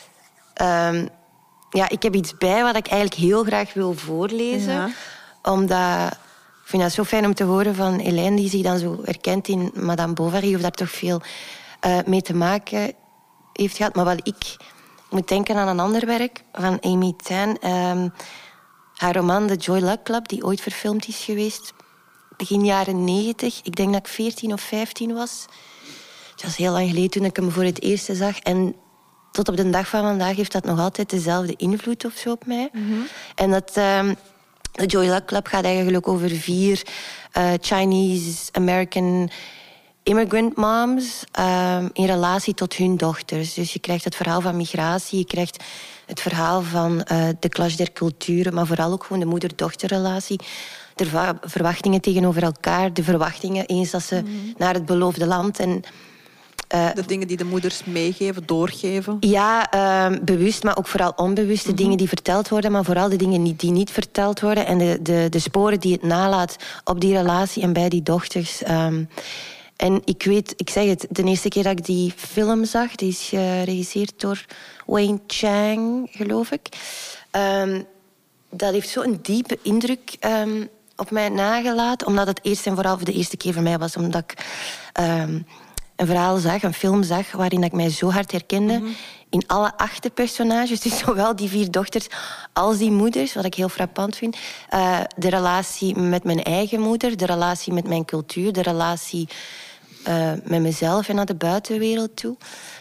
ik heb iets bij wat ik eigenlijk heel graag wil voorlezen. Ja. Omdat... Ik vind het zo fijn om te horen van Hélène, die zich dan zo herkent in Madame Bovary, of daar toch veel mee te maken heeft gehad. Maar wat ik moet denken aan een ander werk van Amy Tan. Haar roman The Joy Luck Club, die ooit verfilmd is geweest, begin jaren 90. Ik denk dat ik 14 of 15 was. Het was heel lang geleden toen ik hem voor het eerst zag. En tot op de dag van vandaag heeft dat nog altijd dezelfde invloed of zo op mij. Mm-hmm. En dat... De Joy Luck Club gaat eigenlijk over 4 Chinese-American immigrant moms in relatie tot hun dochters. Dus je krijgt het verhaal van migratie, je krijgt het verhaal van de clash der culturen, maar vooral ook gewoon de moeder-dochterrelatie. De verwachtingen tegenover elkaar, de verwachtingen eens dat ze naar het beloofde land... En, de dingen die de moeders meegeven, doorgeven? Ja, bewust, maar ook vooral onbewust. De dingen die verteld worden, maar vooral de dingen die niet verteld worden. En de sporen die het nalaat op die relatie en bij die dochters. En ik zeg het, de eerste keer dat ik die film zag, die is geregisseerd door Wayne Chang, geloof ik. Dat heeft zo'n diepe indruk op mij nagelaten. Omdat het eerst en vooral voor de eerste keer voor mij was. Omdat ik... een verhaal zag, een film zag, waarin ik mij zo hard herkende in alle 8 personages. Dus zowel die 4 dochters als die moeders, wat ik heel frappant vind. De relatie met mijn eigen moeder, de relatie met mijn cultuur, de relatie met mezelf en naar de buitenwereld toe.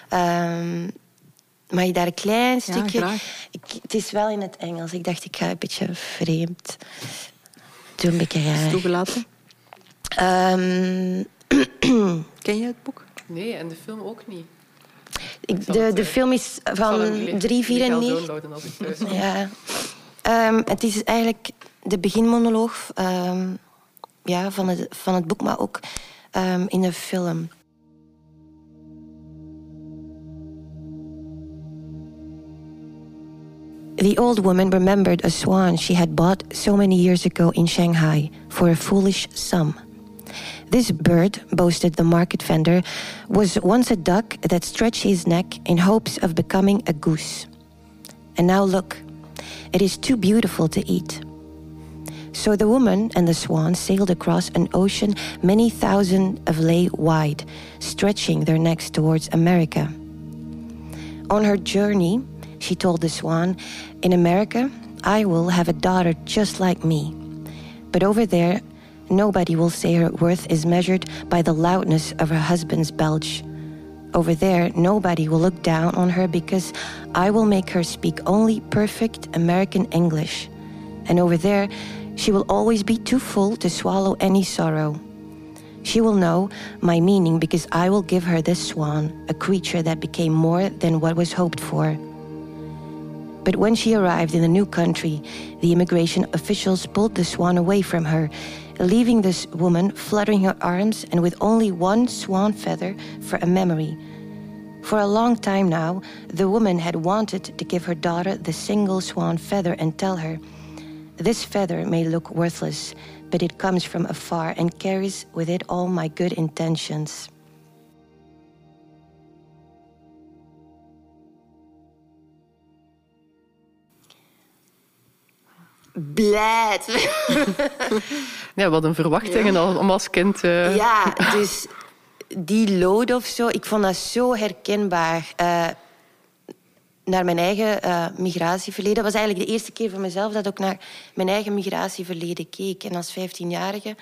Mag je daar een klein stukje... Ja, het is wel in het Engels. Ik dacht, ik ga een beetje vreemd. Doe een beetje raar. Is toegelaten? Ken je het boek? Nee, en de film ook niet. De film is van 3,94. Ja. Het is eigenlijk de beginmonoloog van het boek, maar ook in de film. The old woman remembered a swan she had bought so many years ago in Shanghai for a foolish sum. This bird, boasted the market vendor, was once a duck that stretched his neck in hopes of becoming a goose. And now look, it is too beautiful to eat. So the woman and the swan sailed across an ocean many thousand of lay wide, stretching their necks towards America. On her journey, she told the swan, in America, I will have a daughter just like me. But over there, nobody will say her worth is measured by the loudness of her husband's belch. Over there, nobody will look down on her because I will make her speak only perfect American English. And over there, she will always be too full to swallow any sorrow. She will know my meaning because I will give her this swan, a creature that became more than what was hoped for. But when she arrived in the new country, the immigration officials pulled the swan away from her, leaving this woman fluttering her arms and with only one swan feather for a memory. For a long time now, the woman had wanted to give her daughter the single swan feather and tell her, this feather may look worthless, but it comes from afar and carries with it all my good intentions. Blij. Ja, wat een verwachtingen om als kind... Ja, dus die lood of zo, ik vond dat zo herkenbaar. Naar mijn eigen migratieverleden. Dat was eigenlijk de eerste keer voor mezelf dat ik ook naar mijn eigen migratieverleden keek. En als 15-jarige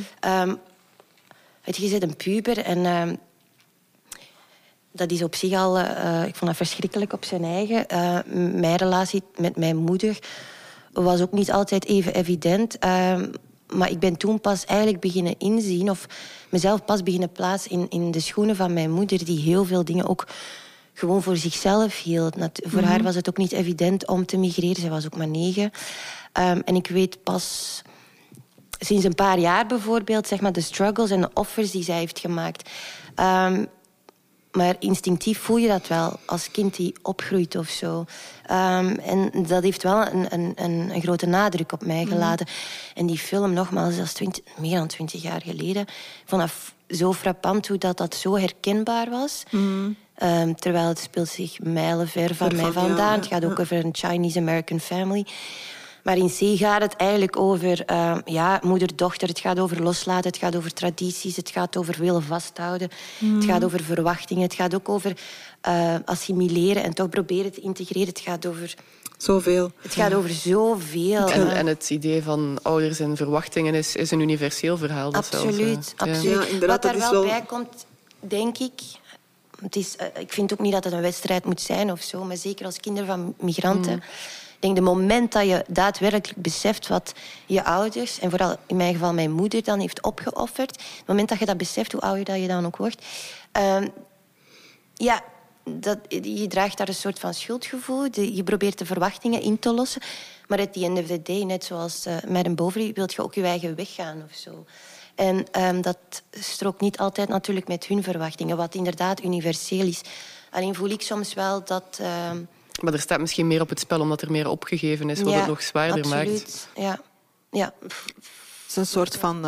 je zit een puber en dat is op zich al... ik vond dat verschrikkelijk op zijn eigen. Mijn relatie met mijn moeder was ook niet altijd even evident. Maar ik ben toen pas eigenlijk beginnen inzien of mezelf pas beginnen plaatsen in de schoenen van mijn moeder, die heel veel dingen ook gewoon voor zichzelf hield. Voor haar was het ook niet evident om te migreren. Ze was ook maar 9. En ik weet pas sinds een paar jaar bijvoorbeeld, zeg maar, de struggles en de offers die zij heeft gemaakt. Maar instinctief voel je dat wel als kind die opgroeit of zo. En dat heeft wel een grote nadruk op mij gelaten. En die film, nogmaals, dat is meer dan 20 jaar geleden. Ik vond dat zo frappant hoe dat zo herkenbaar was. Terwijl het speelt zich mijlenver van mij vandaan. Het gaat ook over een Chinese-American family. Maar in C gaat het eigenlijk over moeder-dochter. Het gaat over loslaten, het gaat over tradities, het gaat over willen vasthouden. Het gaat over verwachtingen, het gaat ook over assimileren en toch proberen te integreren. Het gaat over Zoveel. Het gaat over zoveel. En het idee van ouders en verwachtingen is een universeel verhaal. Absoluut. Ja, inderdaad, wat daar wel bij komt, denk ik... ik vind ook niet dat het een wedstrijd moet zijn of zo, maar zeker als kinderen van migranten... Ik denk, het moment dat je daadwerkelijk beseft wat je ouders... en vooral in mijn geval mijn moeder dan heeft opgeofferd... het moment dat je dat beseft, hoe ouder dat je dan ook wordt... je draagt daar een soort van schuldgevoel. Je probeert de verwachtingen in te lossen. Maar at the end of the day, net zoals met een bovenlief... wil je ook je eigen weg gaan of zo. En dat strookt niet altijd natuurlijk met hun verwachtingen... wat inderdaad universeel is. Alleen voel ik soms wel dat... Maar er staat misschien meer op het spel omdat er meer opgegeven is, wat het nog zwaarder maakt. Absoluut. Ja. Het is een soort van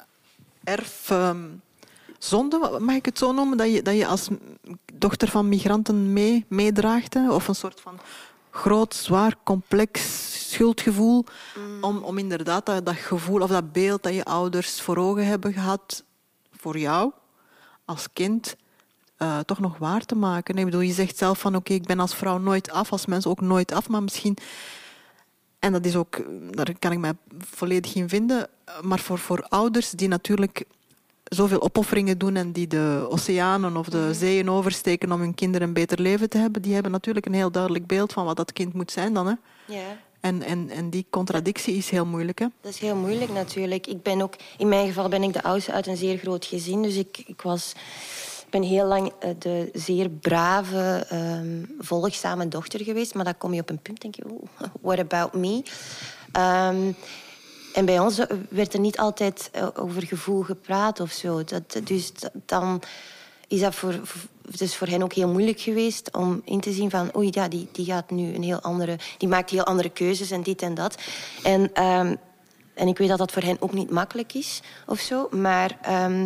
erfzonde, mag ik het zo noemen, dat je als dochter van migranten meedraagt. Of een soort van groot, zwaar, complex schuldgevoel. Om inderdaad dat gevoel of dat beeld dat je ouders voor ogen hebben gehad voor jou als kind... toch nog waar te maken. Ik bedoel, je zegt zelf van oké, ik ben als vrouw nooit af, als mens ook nooit af, maar misschien... En dat is ook, daar kan ik mij volledig in vinden, maar voor ouders die natuurlijk zoveel opofferingen doen en die de oceanen of de zeeën oversteken om hun kinderen een beter leven te hebben, die hebben natuurlijk een heel duidelijk beeld van wat dat kind moet zijn dan. Hè? Ja. En die contradictie is heel moeilijk. Hè? Dat is heel moeilijk natuurlijk. In mijn geval ben ik de oudste uit een zeer groot gezin, dus ik ben heel lang de zeer brave, volgzame dochter geweest. Maar dan kom je op een punt, denk je, what about me? En bij ons werd er niet altijd over gevoel gepraat of zo. Dan is dat voor hen ook heel moeilijk geweest om in te zien van... oei, ja, die gaat nu die maakt heel andere keuzes en dit en dat. En ik weet dat dat voor hen ook niet makkelijk is of zo. Maar...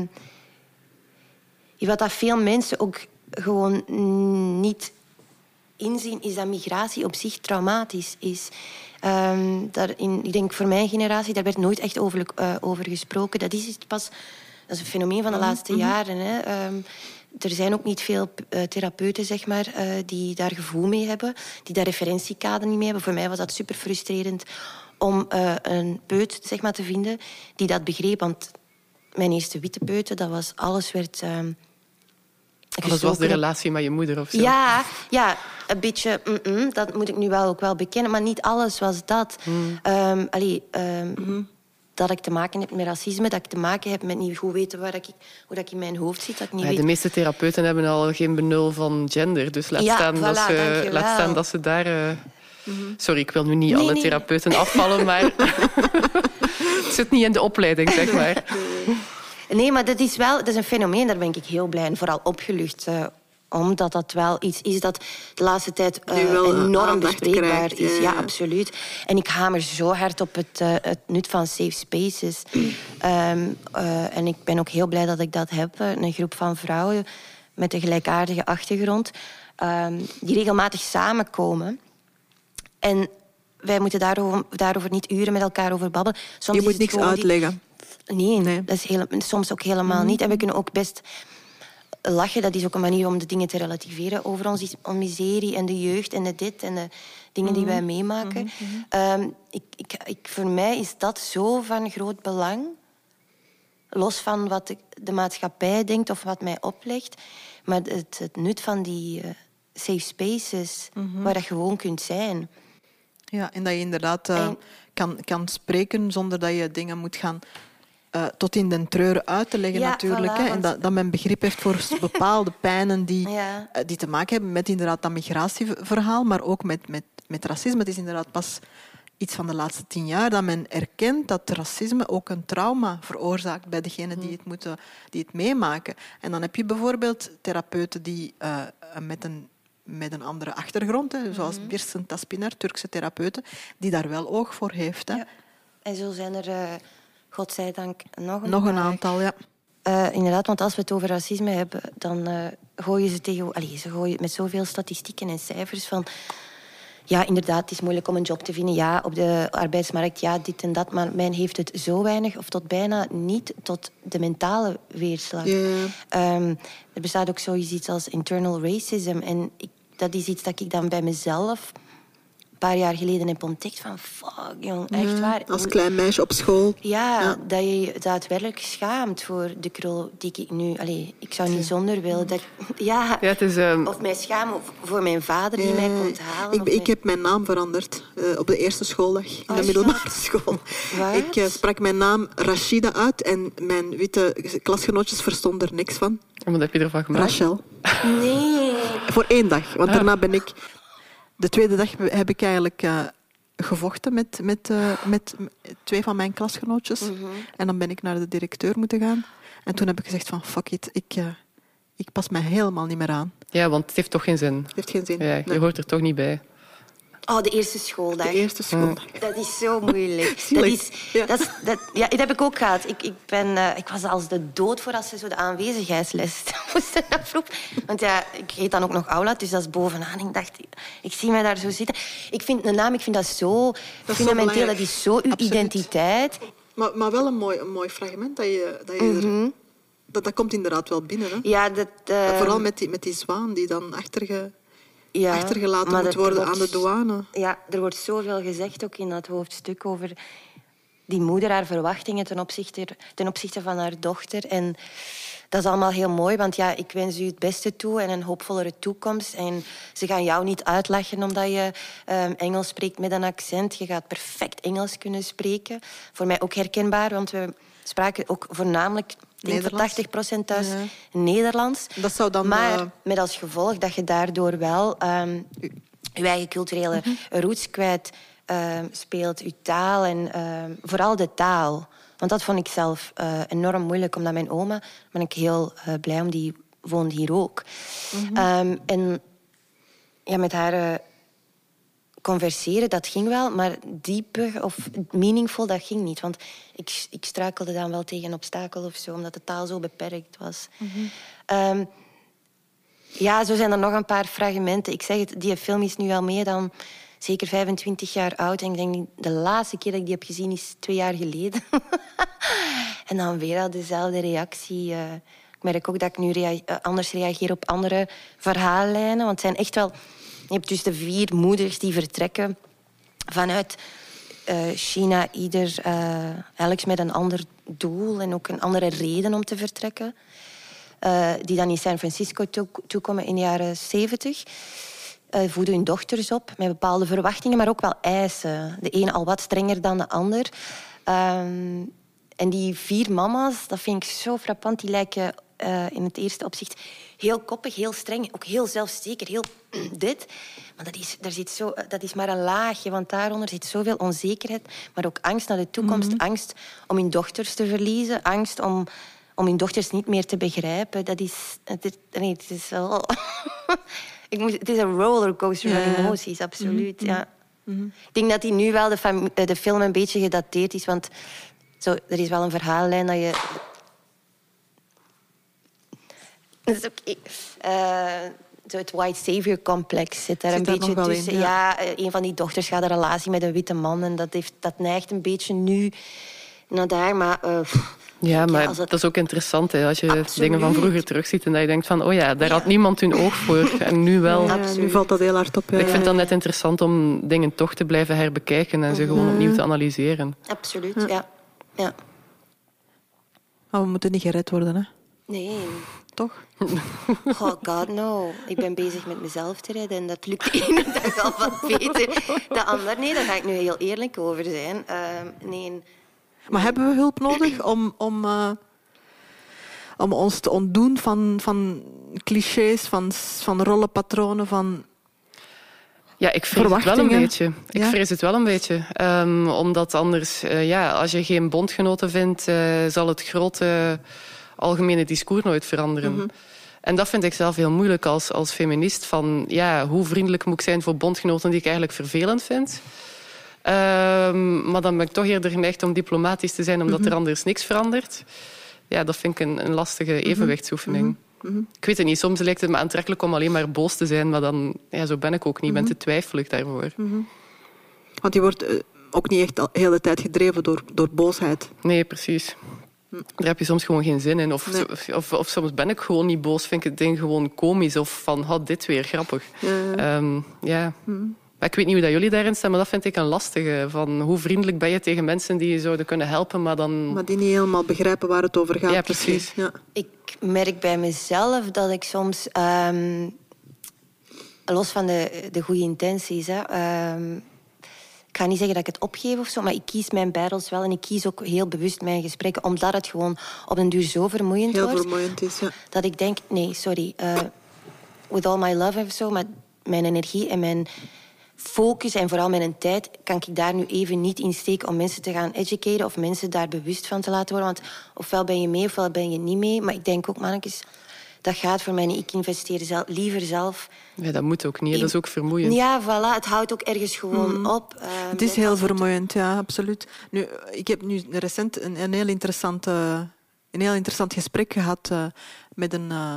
wat dat veel mensen ook gewoon niet inzien, is dat migratie op zich traumatisch is. Ik denk voor mijn generatie, daar werd nooit echt over gesproken. Dat is een fenomeen van de laatste jaren. Hè. Er zijn ook niet veel therapeuten, zeg maar, die daar gevoel mee hebben, die daar referentiekader niet mee hebben. Voor mij was dat super frustrerend om een peut, zeg maar, te vinden die dat begreep. Want mijn eerste witte peute, alles werd... Dat was de relatie met je moeder of zo? Ja, een beetje. Dat moet ik nu wel ook wel bekennen. Maar niet alles was dat. Dat ik te maken heb met racisme, dat ik te maken heb met niet goed weten hoe dat ik in mijn hoofd zit. Dat ik niet weet. De meeste therapeuten hebben al geen benul van gender. Dus laat staan dat ze daar... Sorry, ik wil nu niet alle therapeuten afvallen, maar... Het zit niet in de opleiding, zeg maar. Nee, maar dat is een fenomeen, daar ben ik heel blij en vooral opgelucht. Omdat dat wel iets is dat de laatste tijd enorm bespreekbaar is. Ja, absoluut. En ik hamer zo hard op het nut van safe spaces. En ik ben ook heel blij dat ik dat heb. Een groep van vrouwen met een gelijkaardige achtergrond. Die regelmatig samenkomen. En wij moeten daarover niet uren met elkaar over babbelen. Soms je moet niks uitleggen. Nee. Dat is soms ook helemaal niet. En we kunnen ook best lachen. Dat is ook een manier om de dingen te relativeren over onze miserie en de jeugd en de dit en de dingen die wij meemaken. Voor mij is dat zo van groot belang. Los van wat de maatschappij denkt of wat mij oplegt. Maar het nut van die safe spaces, waar dat gewoon kunt zijn. Ja, en dat je inderdaad kan spreken zonder dat je dingen moet gaan... tot in den treuren uit te leggen, natuurlijk. Voilà, hè. En dat men begrip heeft voor bepaalde pijnen die te maken hebben met inderdaad dat migratieverhaal, maar ook met racisme. Het is inderdaad pas iets van de laatste 10 jaar dat men erkent dat racisme ook een trauma veroorzaakt bij degenen die het meemaken. En dan heb je bijvoorbeeld therapeuten die met een andere achtergrond, hè, zoals Birsen Taspiner, Turkse therapeuten, die daar wel oog voor heeft. Hè. Ja. En zo zijn er... godzijdank nog een aantal, ja. Inderdaad, want als we het over racisme hebben, dan gooien ze gooien met zoveel statistieken en cijfers van... Ja, inderdaad, het is moeilijk om een job te vinden. Ja, op de arbeidsmarkt, ja, dit en dat. Maar men heeft het zo weinig, of tot bijna niet, tot de mentale weerslag. Yeah. Er bestaat ook zoiets als internal racism. En dat is iets dat ik dan bij mezelf paar jaar geleden heb ontdekt van... Fuck, jong, echt waar. Als klein meisje op school. Ja, dat je je daadwerkelijk schaamt voor de krul die ik nu... ik zou niet zonder willen. Het is, Of mij schaam voor mijn vader die mij komt halen. Ik heb mijn naam veranderd op de eerste schooldag in de middelbare school. Wat? Ik sprak mijn naam Rashida uit en mijn witte klasgenootjes verstonden er niks van. Wat heb je ervan gemaakt? Rachel. Nee. Voor 1 dag, want daarna ben ik... De tweede dag heb ik eigenlijk gevochten met 2 van mijn klasgenootjes. En dan ben ik naar de directeur moeten gaan. En toen heb ik gezegd van, fuck it, ik pas mij helemaal niet meer aan. Ja, want het heeft toch geen zin. Het heeft geen zin. Ja, je hoort er toch niet bij. Oh, de eerste schooldag. De eerste schooldag. Dat is zo moeilijk. Dat heb ik ook gehad. Ik was als de dood voor als ze zo de aanwezigheidsles moesten afroepen. Want ja, ik heet dan ook nog Aula, dus dat is bovenaan. Ik dacht, ik zie mij daar zo zitten. Ik vind een naam, dat zo fundamenteel. Dat is zo uw identiteit. Maar wel een mooi fragment dat komt inderdaad wel binnen. Hè? Ja, Vooral met die zwaan die dan achtergelaten moet worden aan de douane. Ja, er wordt zoveel gezegd ook in dat hoofdstuk over die moeder, haar verwachtingen ten opzichte van haar dochter. En dat is allemaal heel mooi, want ja, ik wens u het beste toe en een hoopvollere toekomst. En ze gaan jou niet uitlachen omdat je Engels spreekt met een accent. Je gaat perfect Engels kunnen spreken. Voor mij ook herkenbaar, want we spraken ook voornamelijk... Ik denk voor 80% thuis Nederlands. Dat zou dan, maar met als gevolg dat je daardoor wel je eigen culturele roots kwijt speelt. Je taal en vooral de taal. Want dat vond ik zelf enorm moeilijk, omdat mijn oma... ben ik heel blij om, die woont hier ook. En ja, met haar... converseren, dat ging wel, maar dieper of meaningful, dat ging niet. Want ik struikelde dan wel tegen een obstakel of zo, omdat de taal zo beperkt was. Ja, zo zijn er nog een paar fragmenten. Ik zeg het, die film is nu al meer dan zeker 25 jaar oud. En ik denk, de laatste keer dat ik die heb gezien is 2 jaar geleden. En dan weer al dezelfde reactie. Ik merk ook dat ik nu anders reageer op andere verhaallijnen. Want het zijn echt wel... Je hebt dus de 4 moeders die vertrekken vanuit China. Ieder elk met een ander doel en ook een andere reden om te vertrekken. Die dan in San Francisco toekomen in de jaren 70. Voeden hun dochters op met bepaalde verwachtingen, maar ook wel eisen. De ene al wat strenger dan de ander. En die 4 mama's, dat vind ik zo frappant. Die lijken in het eerste opzicht heel koppig, heel streng, ook heel zelfzeker, heel dit. Maar dat is maar een laagje, want daaronder zit zoveel onzekerheid, maar ook angst naar de toekomst, angst om hun dochters te verliezen, angst om hun dochters niet meer te begrijpen. Het is wel... Het is een rollercoaster van emoties, absoluut. Ja. Ik denk dat die nu wel de film een beetje gedateerd is, want er is wel een verhaallijn dat je... Dat is oké. Het white savior complex zit daar een beetje tussen. Ja, een van die dochters gaat een relatie met een witte man en dat neigt een beetje nu naar daar, maar... dat is ook interessant, hè, als je dingen van vroeger terugziet en dat je denkt van, oh ja, daar had niemand hun oog voor en nu wel. Nu valt dat heel hard op. Ik vind het net interessant om dingen toch te blijven herbekijken en ze gewoon opnieuw te analyseren. Absoluut, ja. Maar we moeten niet gered worden, hè? Nee. Toch? Oh god, no. Ik ben bezig met mezelf te redden en dat lukt de ene dag al wat beter. De andere, nee, daar ga ik nu heel eerlijk over zijn. Nee. Maar hebben we hulp nodig om ons te ontdoen van clichés, van rollenpatronen, van... Ja, ik vrees het wel een beetje. Vrees het wel een beetje. Omdat anders, als je geen bondgenoten vindt, zal het grote algemene discours nooit veranderen. En dat vind ik zelf heel moeilijk als feminist. Van, hoe vriendelijk moet ik zijn voor bondgenoten die ik eigenlijk vervelend vind? Maar dan ben ik toch eerder geneigd om diplomatisch te zijn, omdat er anders niks verandert. Ja, dat vind ik een lastige evenwichtsoefening. Ik weet het niet, soms lijkt het me aantrekkelijk om alleen maar boos te zijn, maar dan, zo ben ik ook niet. Ben te twijfelig daarvoor. Want je wordt ook niet echt de hele tijd gedreven door boosheid. Nee, precies. Daar heb je soms gewoon geen zin in. Of soms ben ik gewoon niet boos, vind ik het ding gewoon komisch. Of van, dit weer, grappig. Maar ik weet niet hoe dat jullie daarin staan, maar dat vind ik een lastige. Van hoe vriendelijk ben je tegen mensen die je zouden kunnen helpen, maar dan... Maar die niet helemaal begrijpen waar het over gaat. Ja, precies. Ja. Ik merk bij mezelf dat ik soms... los van de goede intenties... ik ga niet zeggen dat ik het opgeef of zo, maar ik kies mijn battles wel. En ik kies ook heel bewust mijn gesprekken, omdat het gewoon op den duur zo vermoeiend wordt. Heel vermoeiend is, ja. Dat ik denk, nee, sorry. With all my love of zo, maar mijn energie en mijn focus en vooral mijn tijd kan ik daar nu even niet in steken om mensen te gaan educaten of mensen daar bewust van te laten worden. Want ofwel ben je mee, ofwel ben je niet mee. Maar ik denk ook, mannetjes, dat gaat voor mij niet. Ik investeer liever zelf. Ja, dat moet ook niet. Dat is ook vermoeiend. Ja, voilà. Het houdt ook ergens gewoon op. Het is heel vermoeiend, ja, absoluut. Nu, ik heb nu recent een heel interessant gesprek gehad met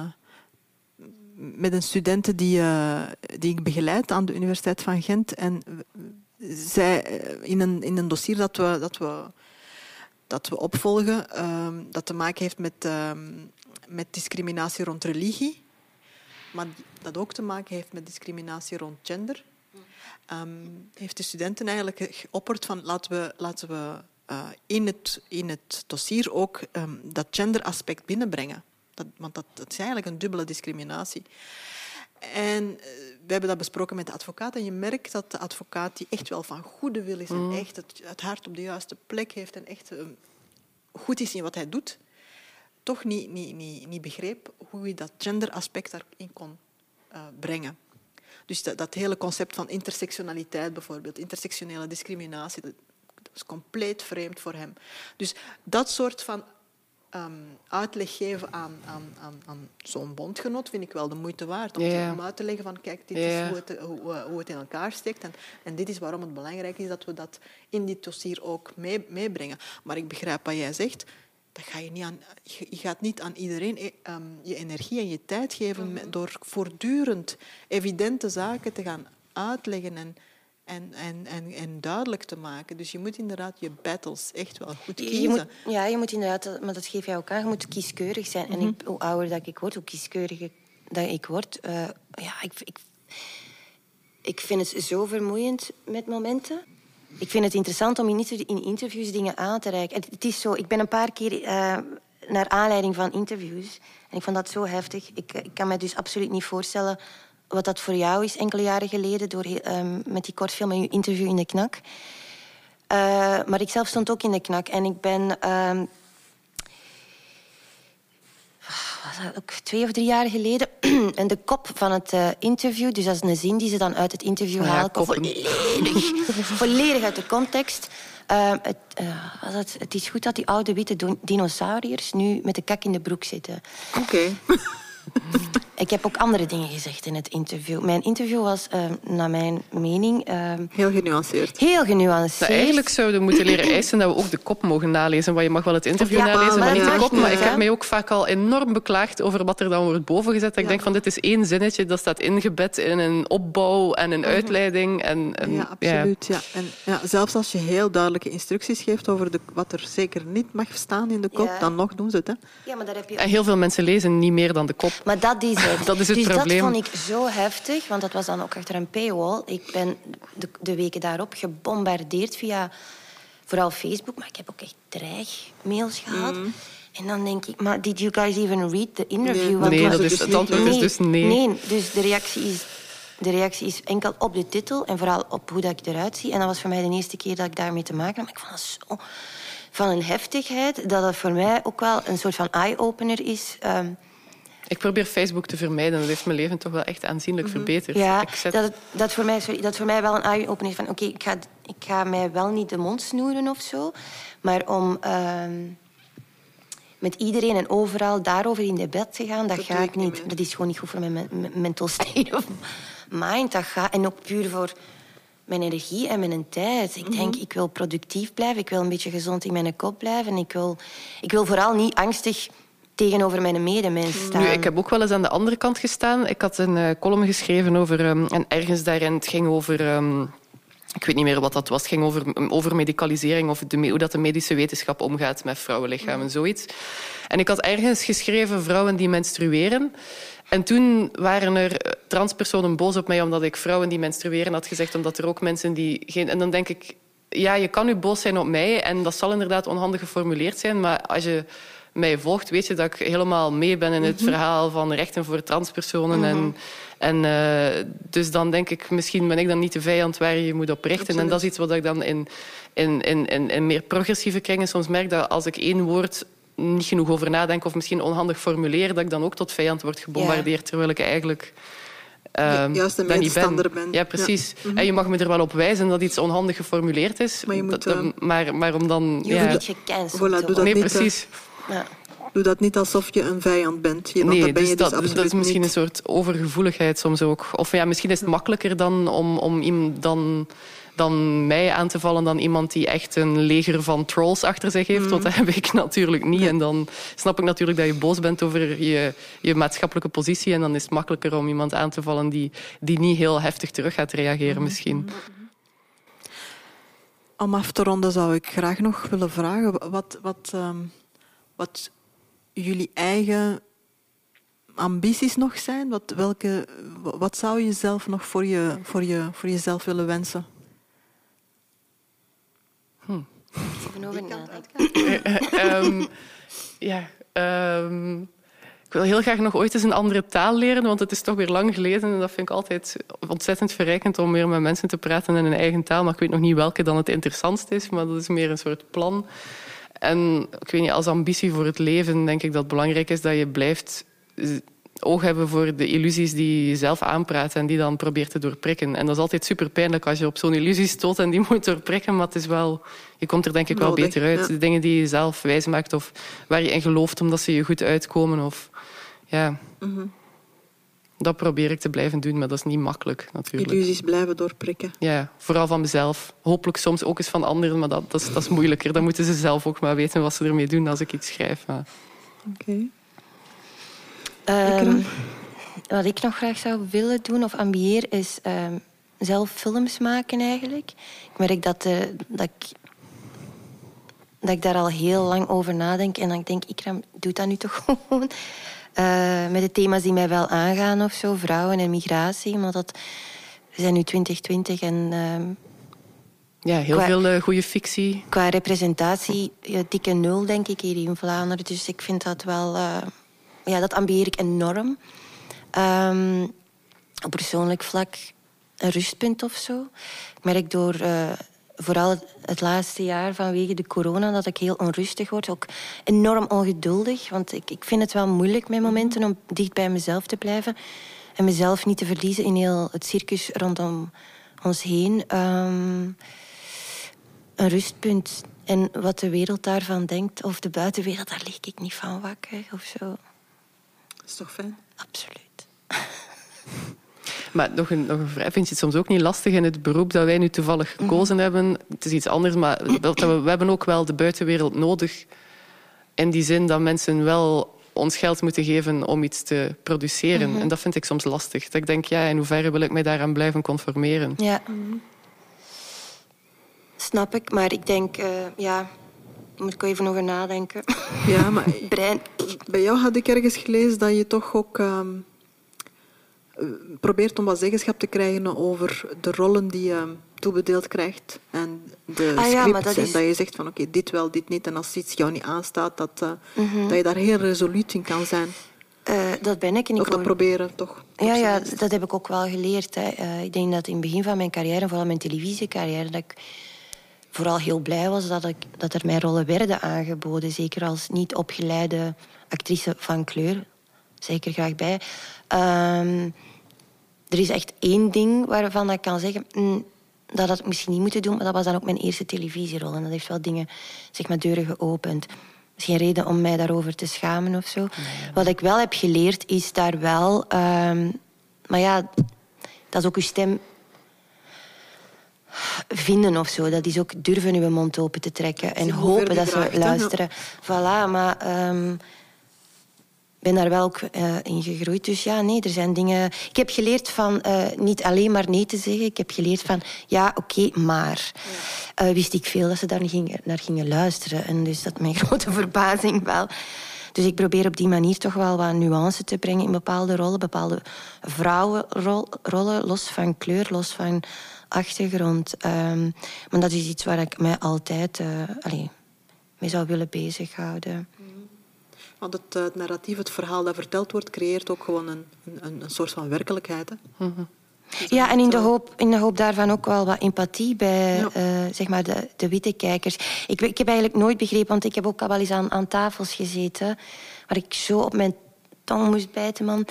een studente die ik begeleid aan de Universiteit van Gent. En zij, in een dossier dat we opvolgen, dat te maken heeft met discriminatie rond religie, maar dat ook te maken heeft met discriminatie rond gender, heeft de studenten eigenlijk geopperd van laten we in het dossier ook dat genderaspect binnenbrengen. Want dat is eigenlijk een dubbele discriminatie. En we hebben dat besproken met de advocaat. En je merkt dat de advocaat die echt wel van goede wil is en echt het hart op de juiste plek heeft en echt goed is in wat hij doet, toch niet begreep hoe je dat genderaspect daarin kon brengen. Dus dat hele concept van intersectionaliteit bijvoorbeeld, intersectionele discriminatie, dat is compleet vreemd voor hem. Dus dat soort van uitleg geven aan zo'n bondgenoot vind ik wel de moeite waard. Om uit te leggen van, kijk, dit is hoe het in elkaar steekt. En dit is waarom het belangrijk is dat we dat in dit dossier ook meebrengen. Maar ik begrijp wat jij zegt. Dat ga je niet aan. Je gaat niet aan iedereen je energie en je tijd geven door voortdurend evidente zaken te gaan uitleggen en duidelijk te maken. Dus je moet inderdaad je battles echt wel goed kiezen. Je moet inderdaad, maar dat geef jij ook aan, je moet kieskeurig zijn. En hoe ouder dat ik word, hoe kieskeuriger dat ik word. Ik vind het zo vermoeiend met momenten. Ik vind het interessant om in interviews dingen aan te reiken. Het is zo, ik ben een paar keer naar aanleiding van interviews. En ik vond dat zo heftig. Ik kan me dus absoluut niet voorstellen wat dat voor jou is enkele jaren geleden met die kortfilm en je interview in de Knak. Maar ik zelf stond ook in de Knak. En ik ben... ook 2 of 3 jaar geleden. En de kop van het interview, dus dat is een zin die ze dan uit het interview haalt, volledig uit de context. Het is goed dat die oude witte dinosauriërs nu met de kak in de broek zitten. Oké. Ik heb ook andere dingen gezegd in het interview. Mijn interview was, naar mijn mening... heel genuanceerd. Heel genuanceerd. Nou, eigenlijk zouden we moeten leren eisen dat we ook de kop mogen nalezen. Want je mag wel het interview nalezen, maar niet de kop. Maar ik heb mij ook vaak al enorm beklaagd over wat er dan wordt bovengezet. Ik denk van, dit is 1 zinnetje, dat staat ingebed in een opbouw en een uitleiding. Ja, absoluut. Ja. En zelfs als je heel duidelijke instructies geeft over wat er zeker niet mag staan in de kop, dan nog doen ze het. Hè? Ja, maar daar heb je... En heel veel mensen lezen niet meer dan de kop. Maar dat is het. Dat is het probleem. Dat vond ik zo heftig, want dat was dan ook achter een paywall. Ik ben de weken daarop gebombardeerd via vooral Facebook, maar ik heb ook echt dreigmails gehad. En dan denk ik, maar did you guys even read the interview? Nee, het antwoord is dus nee. Nee, dus de reactie is enkel op de titel en vooral op hoe dat ik eruit zie. En dat was voor mij de eerste keer dat ik daarmee te maken had. Maar ik vond dat zo van een heftigheid dat het voor mij ook wel een soort van eye-opener is. Ik probeer Facebook te vermijden. Dat heeft mijn leven toch wel echt aanzienlijk verbeterd. Ja, dat voor mij wel een eye-opener is van... Oké, ik ga mij wel niet de mond snoeren of zo, maar om met iedereen en overal daarover in debat te gaan, dat ga ik niet. Dat is gewoon niet goed voor mijn mental state of mind. Dat gaat, en ook puur voor mijn energie en mijn tijd. Ik denk, ik wil productief blijven. Ik wil een beetje gezond in mijn kop blijven. Ik wil vooral niet angstig tegenover mijn medemens staan. Nu, ik heb ook wel eens aan de andere kant gestaan. Ik had een column geschreven over... en ergens daarin, het ging over... ik weet niet meer wat dat was. Het ging over medicalisering of hoe dat de medische wetenschap omgaat met vrouwenlichamen, zoiets. En ik had ergens geschreven vrouwen die menstrueren. En toen waren er transpersonen boos op mij omdat ik vrouwen die menstrueren had gezegd, omdat er ook mensen die geen... En dan denk ik, ja, je kan nu boos zijn op mij en dat zal inderdaad onhandig geformuleerd zijn, maar als je mij volgt, weet je dat ik helemaal mee ben in het verhaal van rechten voor transpersonen. Dus dan denk ik, misschien ben ik dan niet de vijand waar je moet op richten. Absoluut. En dat is iets wat ik dan in meer progressieve kringen soms merk, dat als ik één woord niet genoeg over nadenk of misschien onhandig formuleer, dat ik dan ook tot vijand word gebombardeerd, terwijl ik eigenlijk... juist een medestander ben. Ja, precies. Ja. En je mag me er wel op wijzen dat iets onhandig geformuleerd is. Maar je moet... maar om dan... Je wordt niet gecanceld. Voilà, doe dat nee, niet, precies. Ja. Doe dat niet alsof je een vijand bent. Nee, dat is misschien een soort overgevoeligheid soms ook. Of ja, misschien is het makkelijker dan om dan mij aan te vallen dan iemand die echt een leger van trolls achter zich heeft. Want dat heb ik natuurlijk niet. Nee. En dan snap ik natuurlijk dat je boos bent over je maatschappelijke positie. En dan is het makkelijker om iemand aan te vallen die niet heel heftig terug gaat reageren misschien. Om af te ronden zou ik graag nog willen vragen wat jullie eigen ambities nog zijn. Wat zou je zelf nog voor jezelf willen wensen? Even over nadenken. Ik wil heel graag nog ooit eens een andere taal leren, want het is toch weer lang geleden. En dat vind ik altijd ontzettend verrijkend om weer met mensen te praten in hun eigen taal. Maar ik weet nog niet welke dan het interessantst is, maar dat is meer een soort plan. En ik weet niet, als ambitie voor het leven denk ik dat het belangrijk is dat je blijft oog hebben voor de illusies die je zelf aanpraat en die dan probeert te doorprikken. En dat is altijd super pijnlijk als je op zo'n illusie stoot en die moet doorprikken, maar het is wel, je komt er denk ik wel beter uit. Ja. De dingen die je zelf wijs maakt of waar je in gelooft omdat ze je goed uitkomen. Of, ja. Dat probeer ik te blijven doen, maar dat is niet makkelijk natuurlijk. Illusies blijven doorprikken. Ja, vooral van mezelf. Hopelijk soms ook eens van anderen, maar dat is moeilijker. Dan moeten ze zelf ook maar weten wat ze ermee doen als ik iets schrijf. Oké. Wat ik nog graag zou willen doen of ambieer is zelf films maken eigenlijk. Ik merk dat ik daar al heel lang over nadenk en dan denk ik, doe dat nu toch gewoon. Met de thema's die mij wel aangaan of zo, vrouwen en migratie. Maar we zijn nu 2020 en... ja, heel veel goede fictie. Qua representatie, dikke nul denk ik hier in Vlaanderen. Dus ik vind dat wel... dat ambieer ik enorm. Op persoonlijk vlak een rustpunt of zo. Ik merk door... vooral het laatste jaar vanwege de corona, dat ik heel onrustig word. Ook enorm ongeduldig. Want ik vind het wel moeilijk met momenten om dicht bij mezelf te blijven. En mezelf niet te verliezen in heel het circus rondom ons heen. Een rustpunt. En wat de wereld daarvan denkt, of de buitenwereld, daar lig ik niet van wakker of zo. Dat is toch fijn? Absoluut. Maar nog een vraag. Vind je het soms ook niet lastig in het beroep dat wij nu toevallig gekozen hebben? Het is iets anders, maar we hebben ook wel de buitenwereld nodig. In die zin dat mensen wel ons geld moeten geven om iets te produceren. En dat vind ik soms lastig. Dat ik denk, in hoeverre wil ik mij daaraan blijven conformeren? Ja. Snap ik, maar ik denk, daar moet ik even over nadenken. Ja, maar brein. Bij jou had ik ergens gelezen dat je toch ook... probeert om wat zeggenschap te krijgen over de rollen die je toebedeeld krijgt en de scripts. En dat je zegt van oké, dit wel, dit niet. En als iets jou niet aanstaat, dat je daar heel resoluut in kan zijn. Dat ben ik. Of dat proberen, toch? Ja, dat heb ik ook wel geleerd. Hè. Ik denk dat in het begin van mijn carrière, vooral mijn televisiecarrière, dat ik vooral heel blij was dat er mij rollen werden aangeboden. Zeker als niet opgeleide actrice van kleur. Zeker graag bij. Er is echt één ding waarvan ik kan zeggen... dat had ik misschien niet moeten doen, maar dat was dan ook mijn eerste televisierol. En dat heeft wel dingen, deuren geopend. Dat is geen reden om mij daarover te schamen of zo. Nee. Wat ik wel heb geleerd, is daar wel... maar ja, dat is ook uw stem vinden of zo. Dat is ook durven uw mond open te trekken. En hopen dat ze luisteren. Voilà, maar... Ik ben daar wel ook in gegroeid. Dus ja, nee, er zijn dingen... Ik heb geleerd van niet alleen maar nee te zeggen. Ik heb geleerd van oké, maar. Wist ik veel dat ze daar naar gingen luisteren. En dus dat mijn grote verbazing wel. Dus ik probeer op die manier toch wel wat nuance te brengen in bepaalde rollen. Bepaalde vrouwenrollen, los van kleur, los van achtergrond. Maar dat is iets waar ik mij altijd mee zou willen bezighouden. Want het narratief, het verhaal dat verteld wordt, creëert ook gewoon een soort van werkelijkheid. Hè? Mm-hmm. Ja, en in de hoop daarvan ook wel wat empathie bij zeg maar de witte kijkers. Ik heb eigenlijk nooit begrepen, want ik heb ook al wel eens aan tafels gezeten waar ik zo op mijn tong moest bijten, man.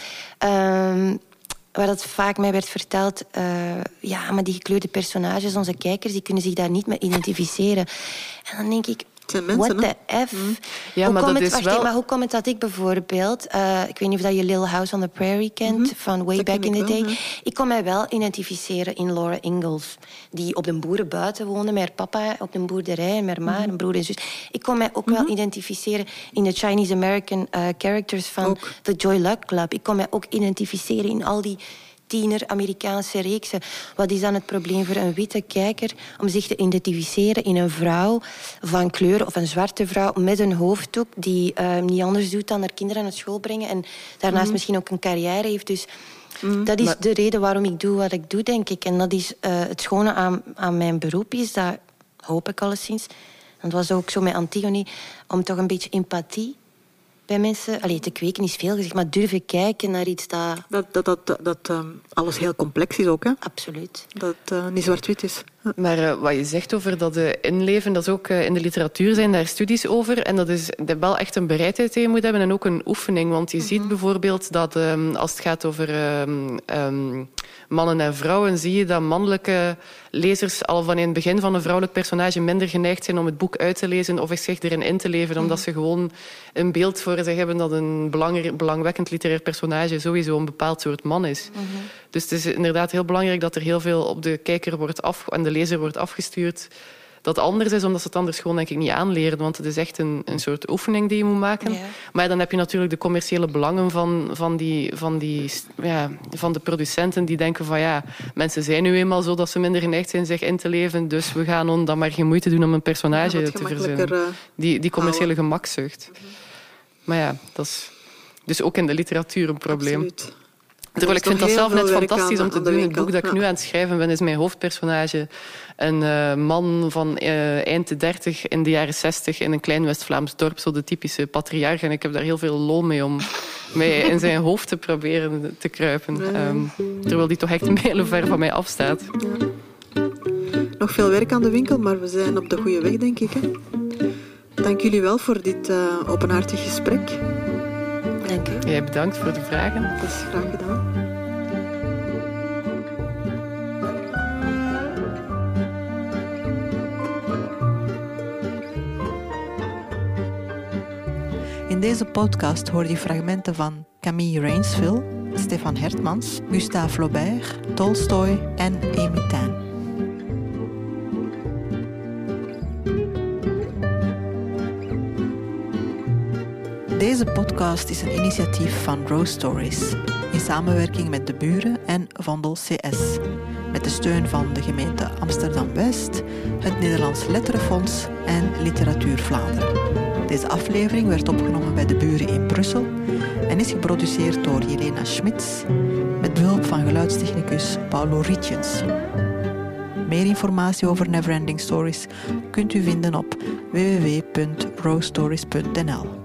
Waar dat vaak mij werd verteld, maar die gekleurde personages, onze kijkers, die kunnen zich daar niet mee identificeren. En dan denk ik, what the F? Ja, maar hoe komt het dat ik bijvoorbeeld... ik weet niet of je Little House on the Prairie kent, van way back in the day. Ja. Ik kon mij wel identificeren in Laura Ingalls, die op de boeren buiten woonde, met haar papa op de boerderij, en met haar ma, en broer en zus. Ik kon mij ook wel identificeren in de Chinese-American characters van The Joy Luck Club. Ik kon mij ook identificeren in al die tiener-Amerikaanse reeksen. Wat is dan het probleem voor een witte kijker om zich te identificeren in een vrouw van kleur of een zwarte vrouw met een hoofddoek die niet anders doet dan haar kinderen naar school brengen en daarnaast misschien ook een carrière heeft. Dus dat is de reden waarom ik doe wat ik doe, denk ik. En dat is het schone aan mijn beroep is, dat hoop ik alleszins. En het was ook zo met Antigone, om toch een beetje empathie bij mensen te kweken is veel gezegd, maar durven kijken naar iets dat alles heel complex is ook, hè? Absoluut. Dat het niet zwart-wit is. Ja. Maar wat je zegt over dat inleven, dat is ook in de literatuur zijn daar studies over. En dat is wel echt een bereidheid die je moet hebben en ook een oefening. Want je ziet bijvoorbeeld dat als het gaat over mannen en vrouwen, zie je dat mannelijke lezers al van in het begin van een vrouwelijk personage minder geneigd zijn om het boek uit te lezen of zich erin in te leven, omdat ze gewoon een beeld voor zich hebben dat een belangwekkend literair personage sowieso een bepaald soort man is. Dus het is inderdaad heel belangrijk dat er heel veel op de kijker en de lezer wordt afgestuurd. Dat anders is, omdat ze het anders gewoon denk ik niet aanleren. Want het is echt een soort oefening die je moet maken. Ja. Maar dan heb je natuurlijk de commerciële belangen van de producenten die denken van mensen zijn nu eenmaal zo dat ze minder geneigd zijn zich in te leven. Dus we gaan dan maar geen moeite doen om een personage te verzinnen. Die commerciële gemakzucht. Maar dat is dus ook in de literatuur een probleem. Absoluut. Terwijl ik vind dat zelf net fantastisch om te doen. Het boek dat ik nu aan het schrijven ben, is mijn hoofdpersonage een man van eind de 30 in de jaren 60 in een klein West-Vlaams dorp, zo de typische patriarch. En ik heb daar heel veel lol mee om mij in zijn hoofd te proberen te kruipen. Terwijl die toch echt mijlenver van mij afstaat. Ja. Nog veel werk aan de winkel, maar we zijn op de goede weg, denk ik. Hè? Dank jullie wel voor dit openhartig gesprek. Dank u. Jij bedankt voor de vragen. Dat is graag gedaan. In deze podcast hoor je fragmenten van Camille Rainsville, Stefan Hertmans, Gustave Flaubert, Tolstoy en Amy Tan. Deze podcast is een initiatief van Rose Stories, in samenwerking met De Buren en Vondel CS, met de steun van de gemeente Amsterdam-West, het Nederlands Letterenfonds en Literatuur Vlaanderen. Deze aflevering werd opgenomen bij De Buren in Brussel en is geproduceerd door Jelena Schmitz, met behulp van geluidstechnicus Paulo Rietjens. Meer informatie over Neverending Stories kunt u vinden op www.rosestories.nl.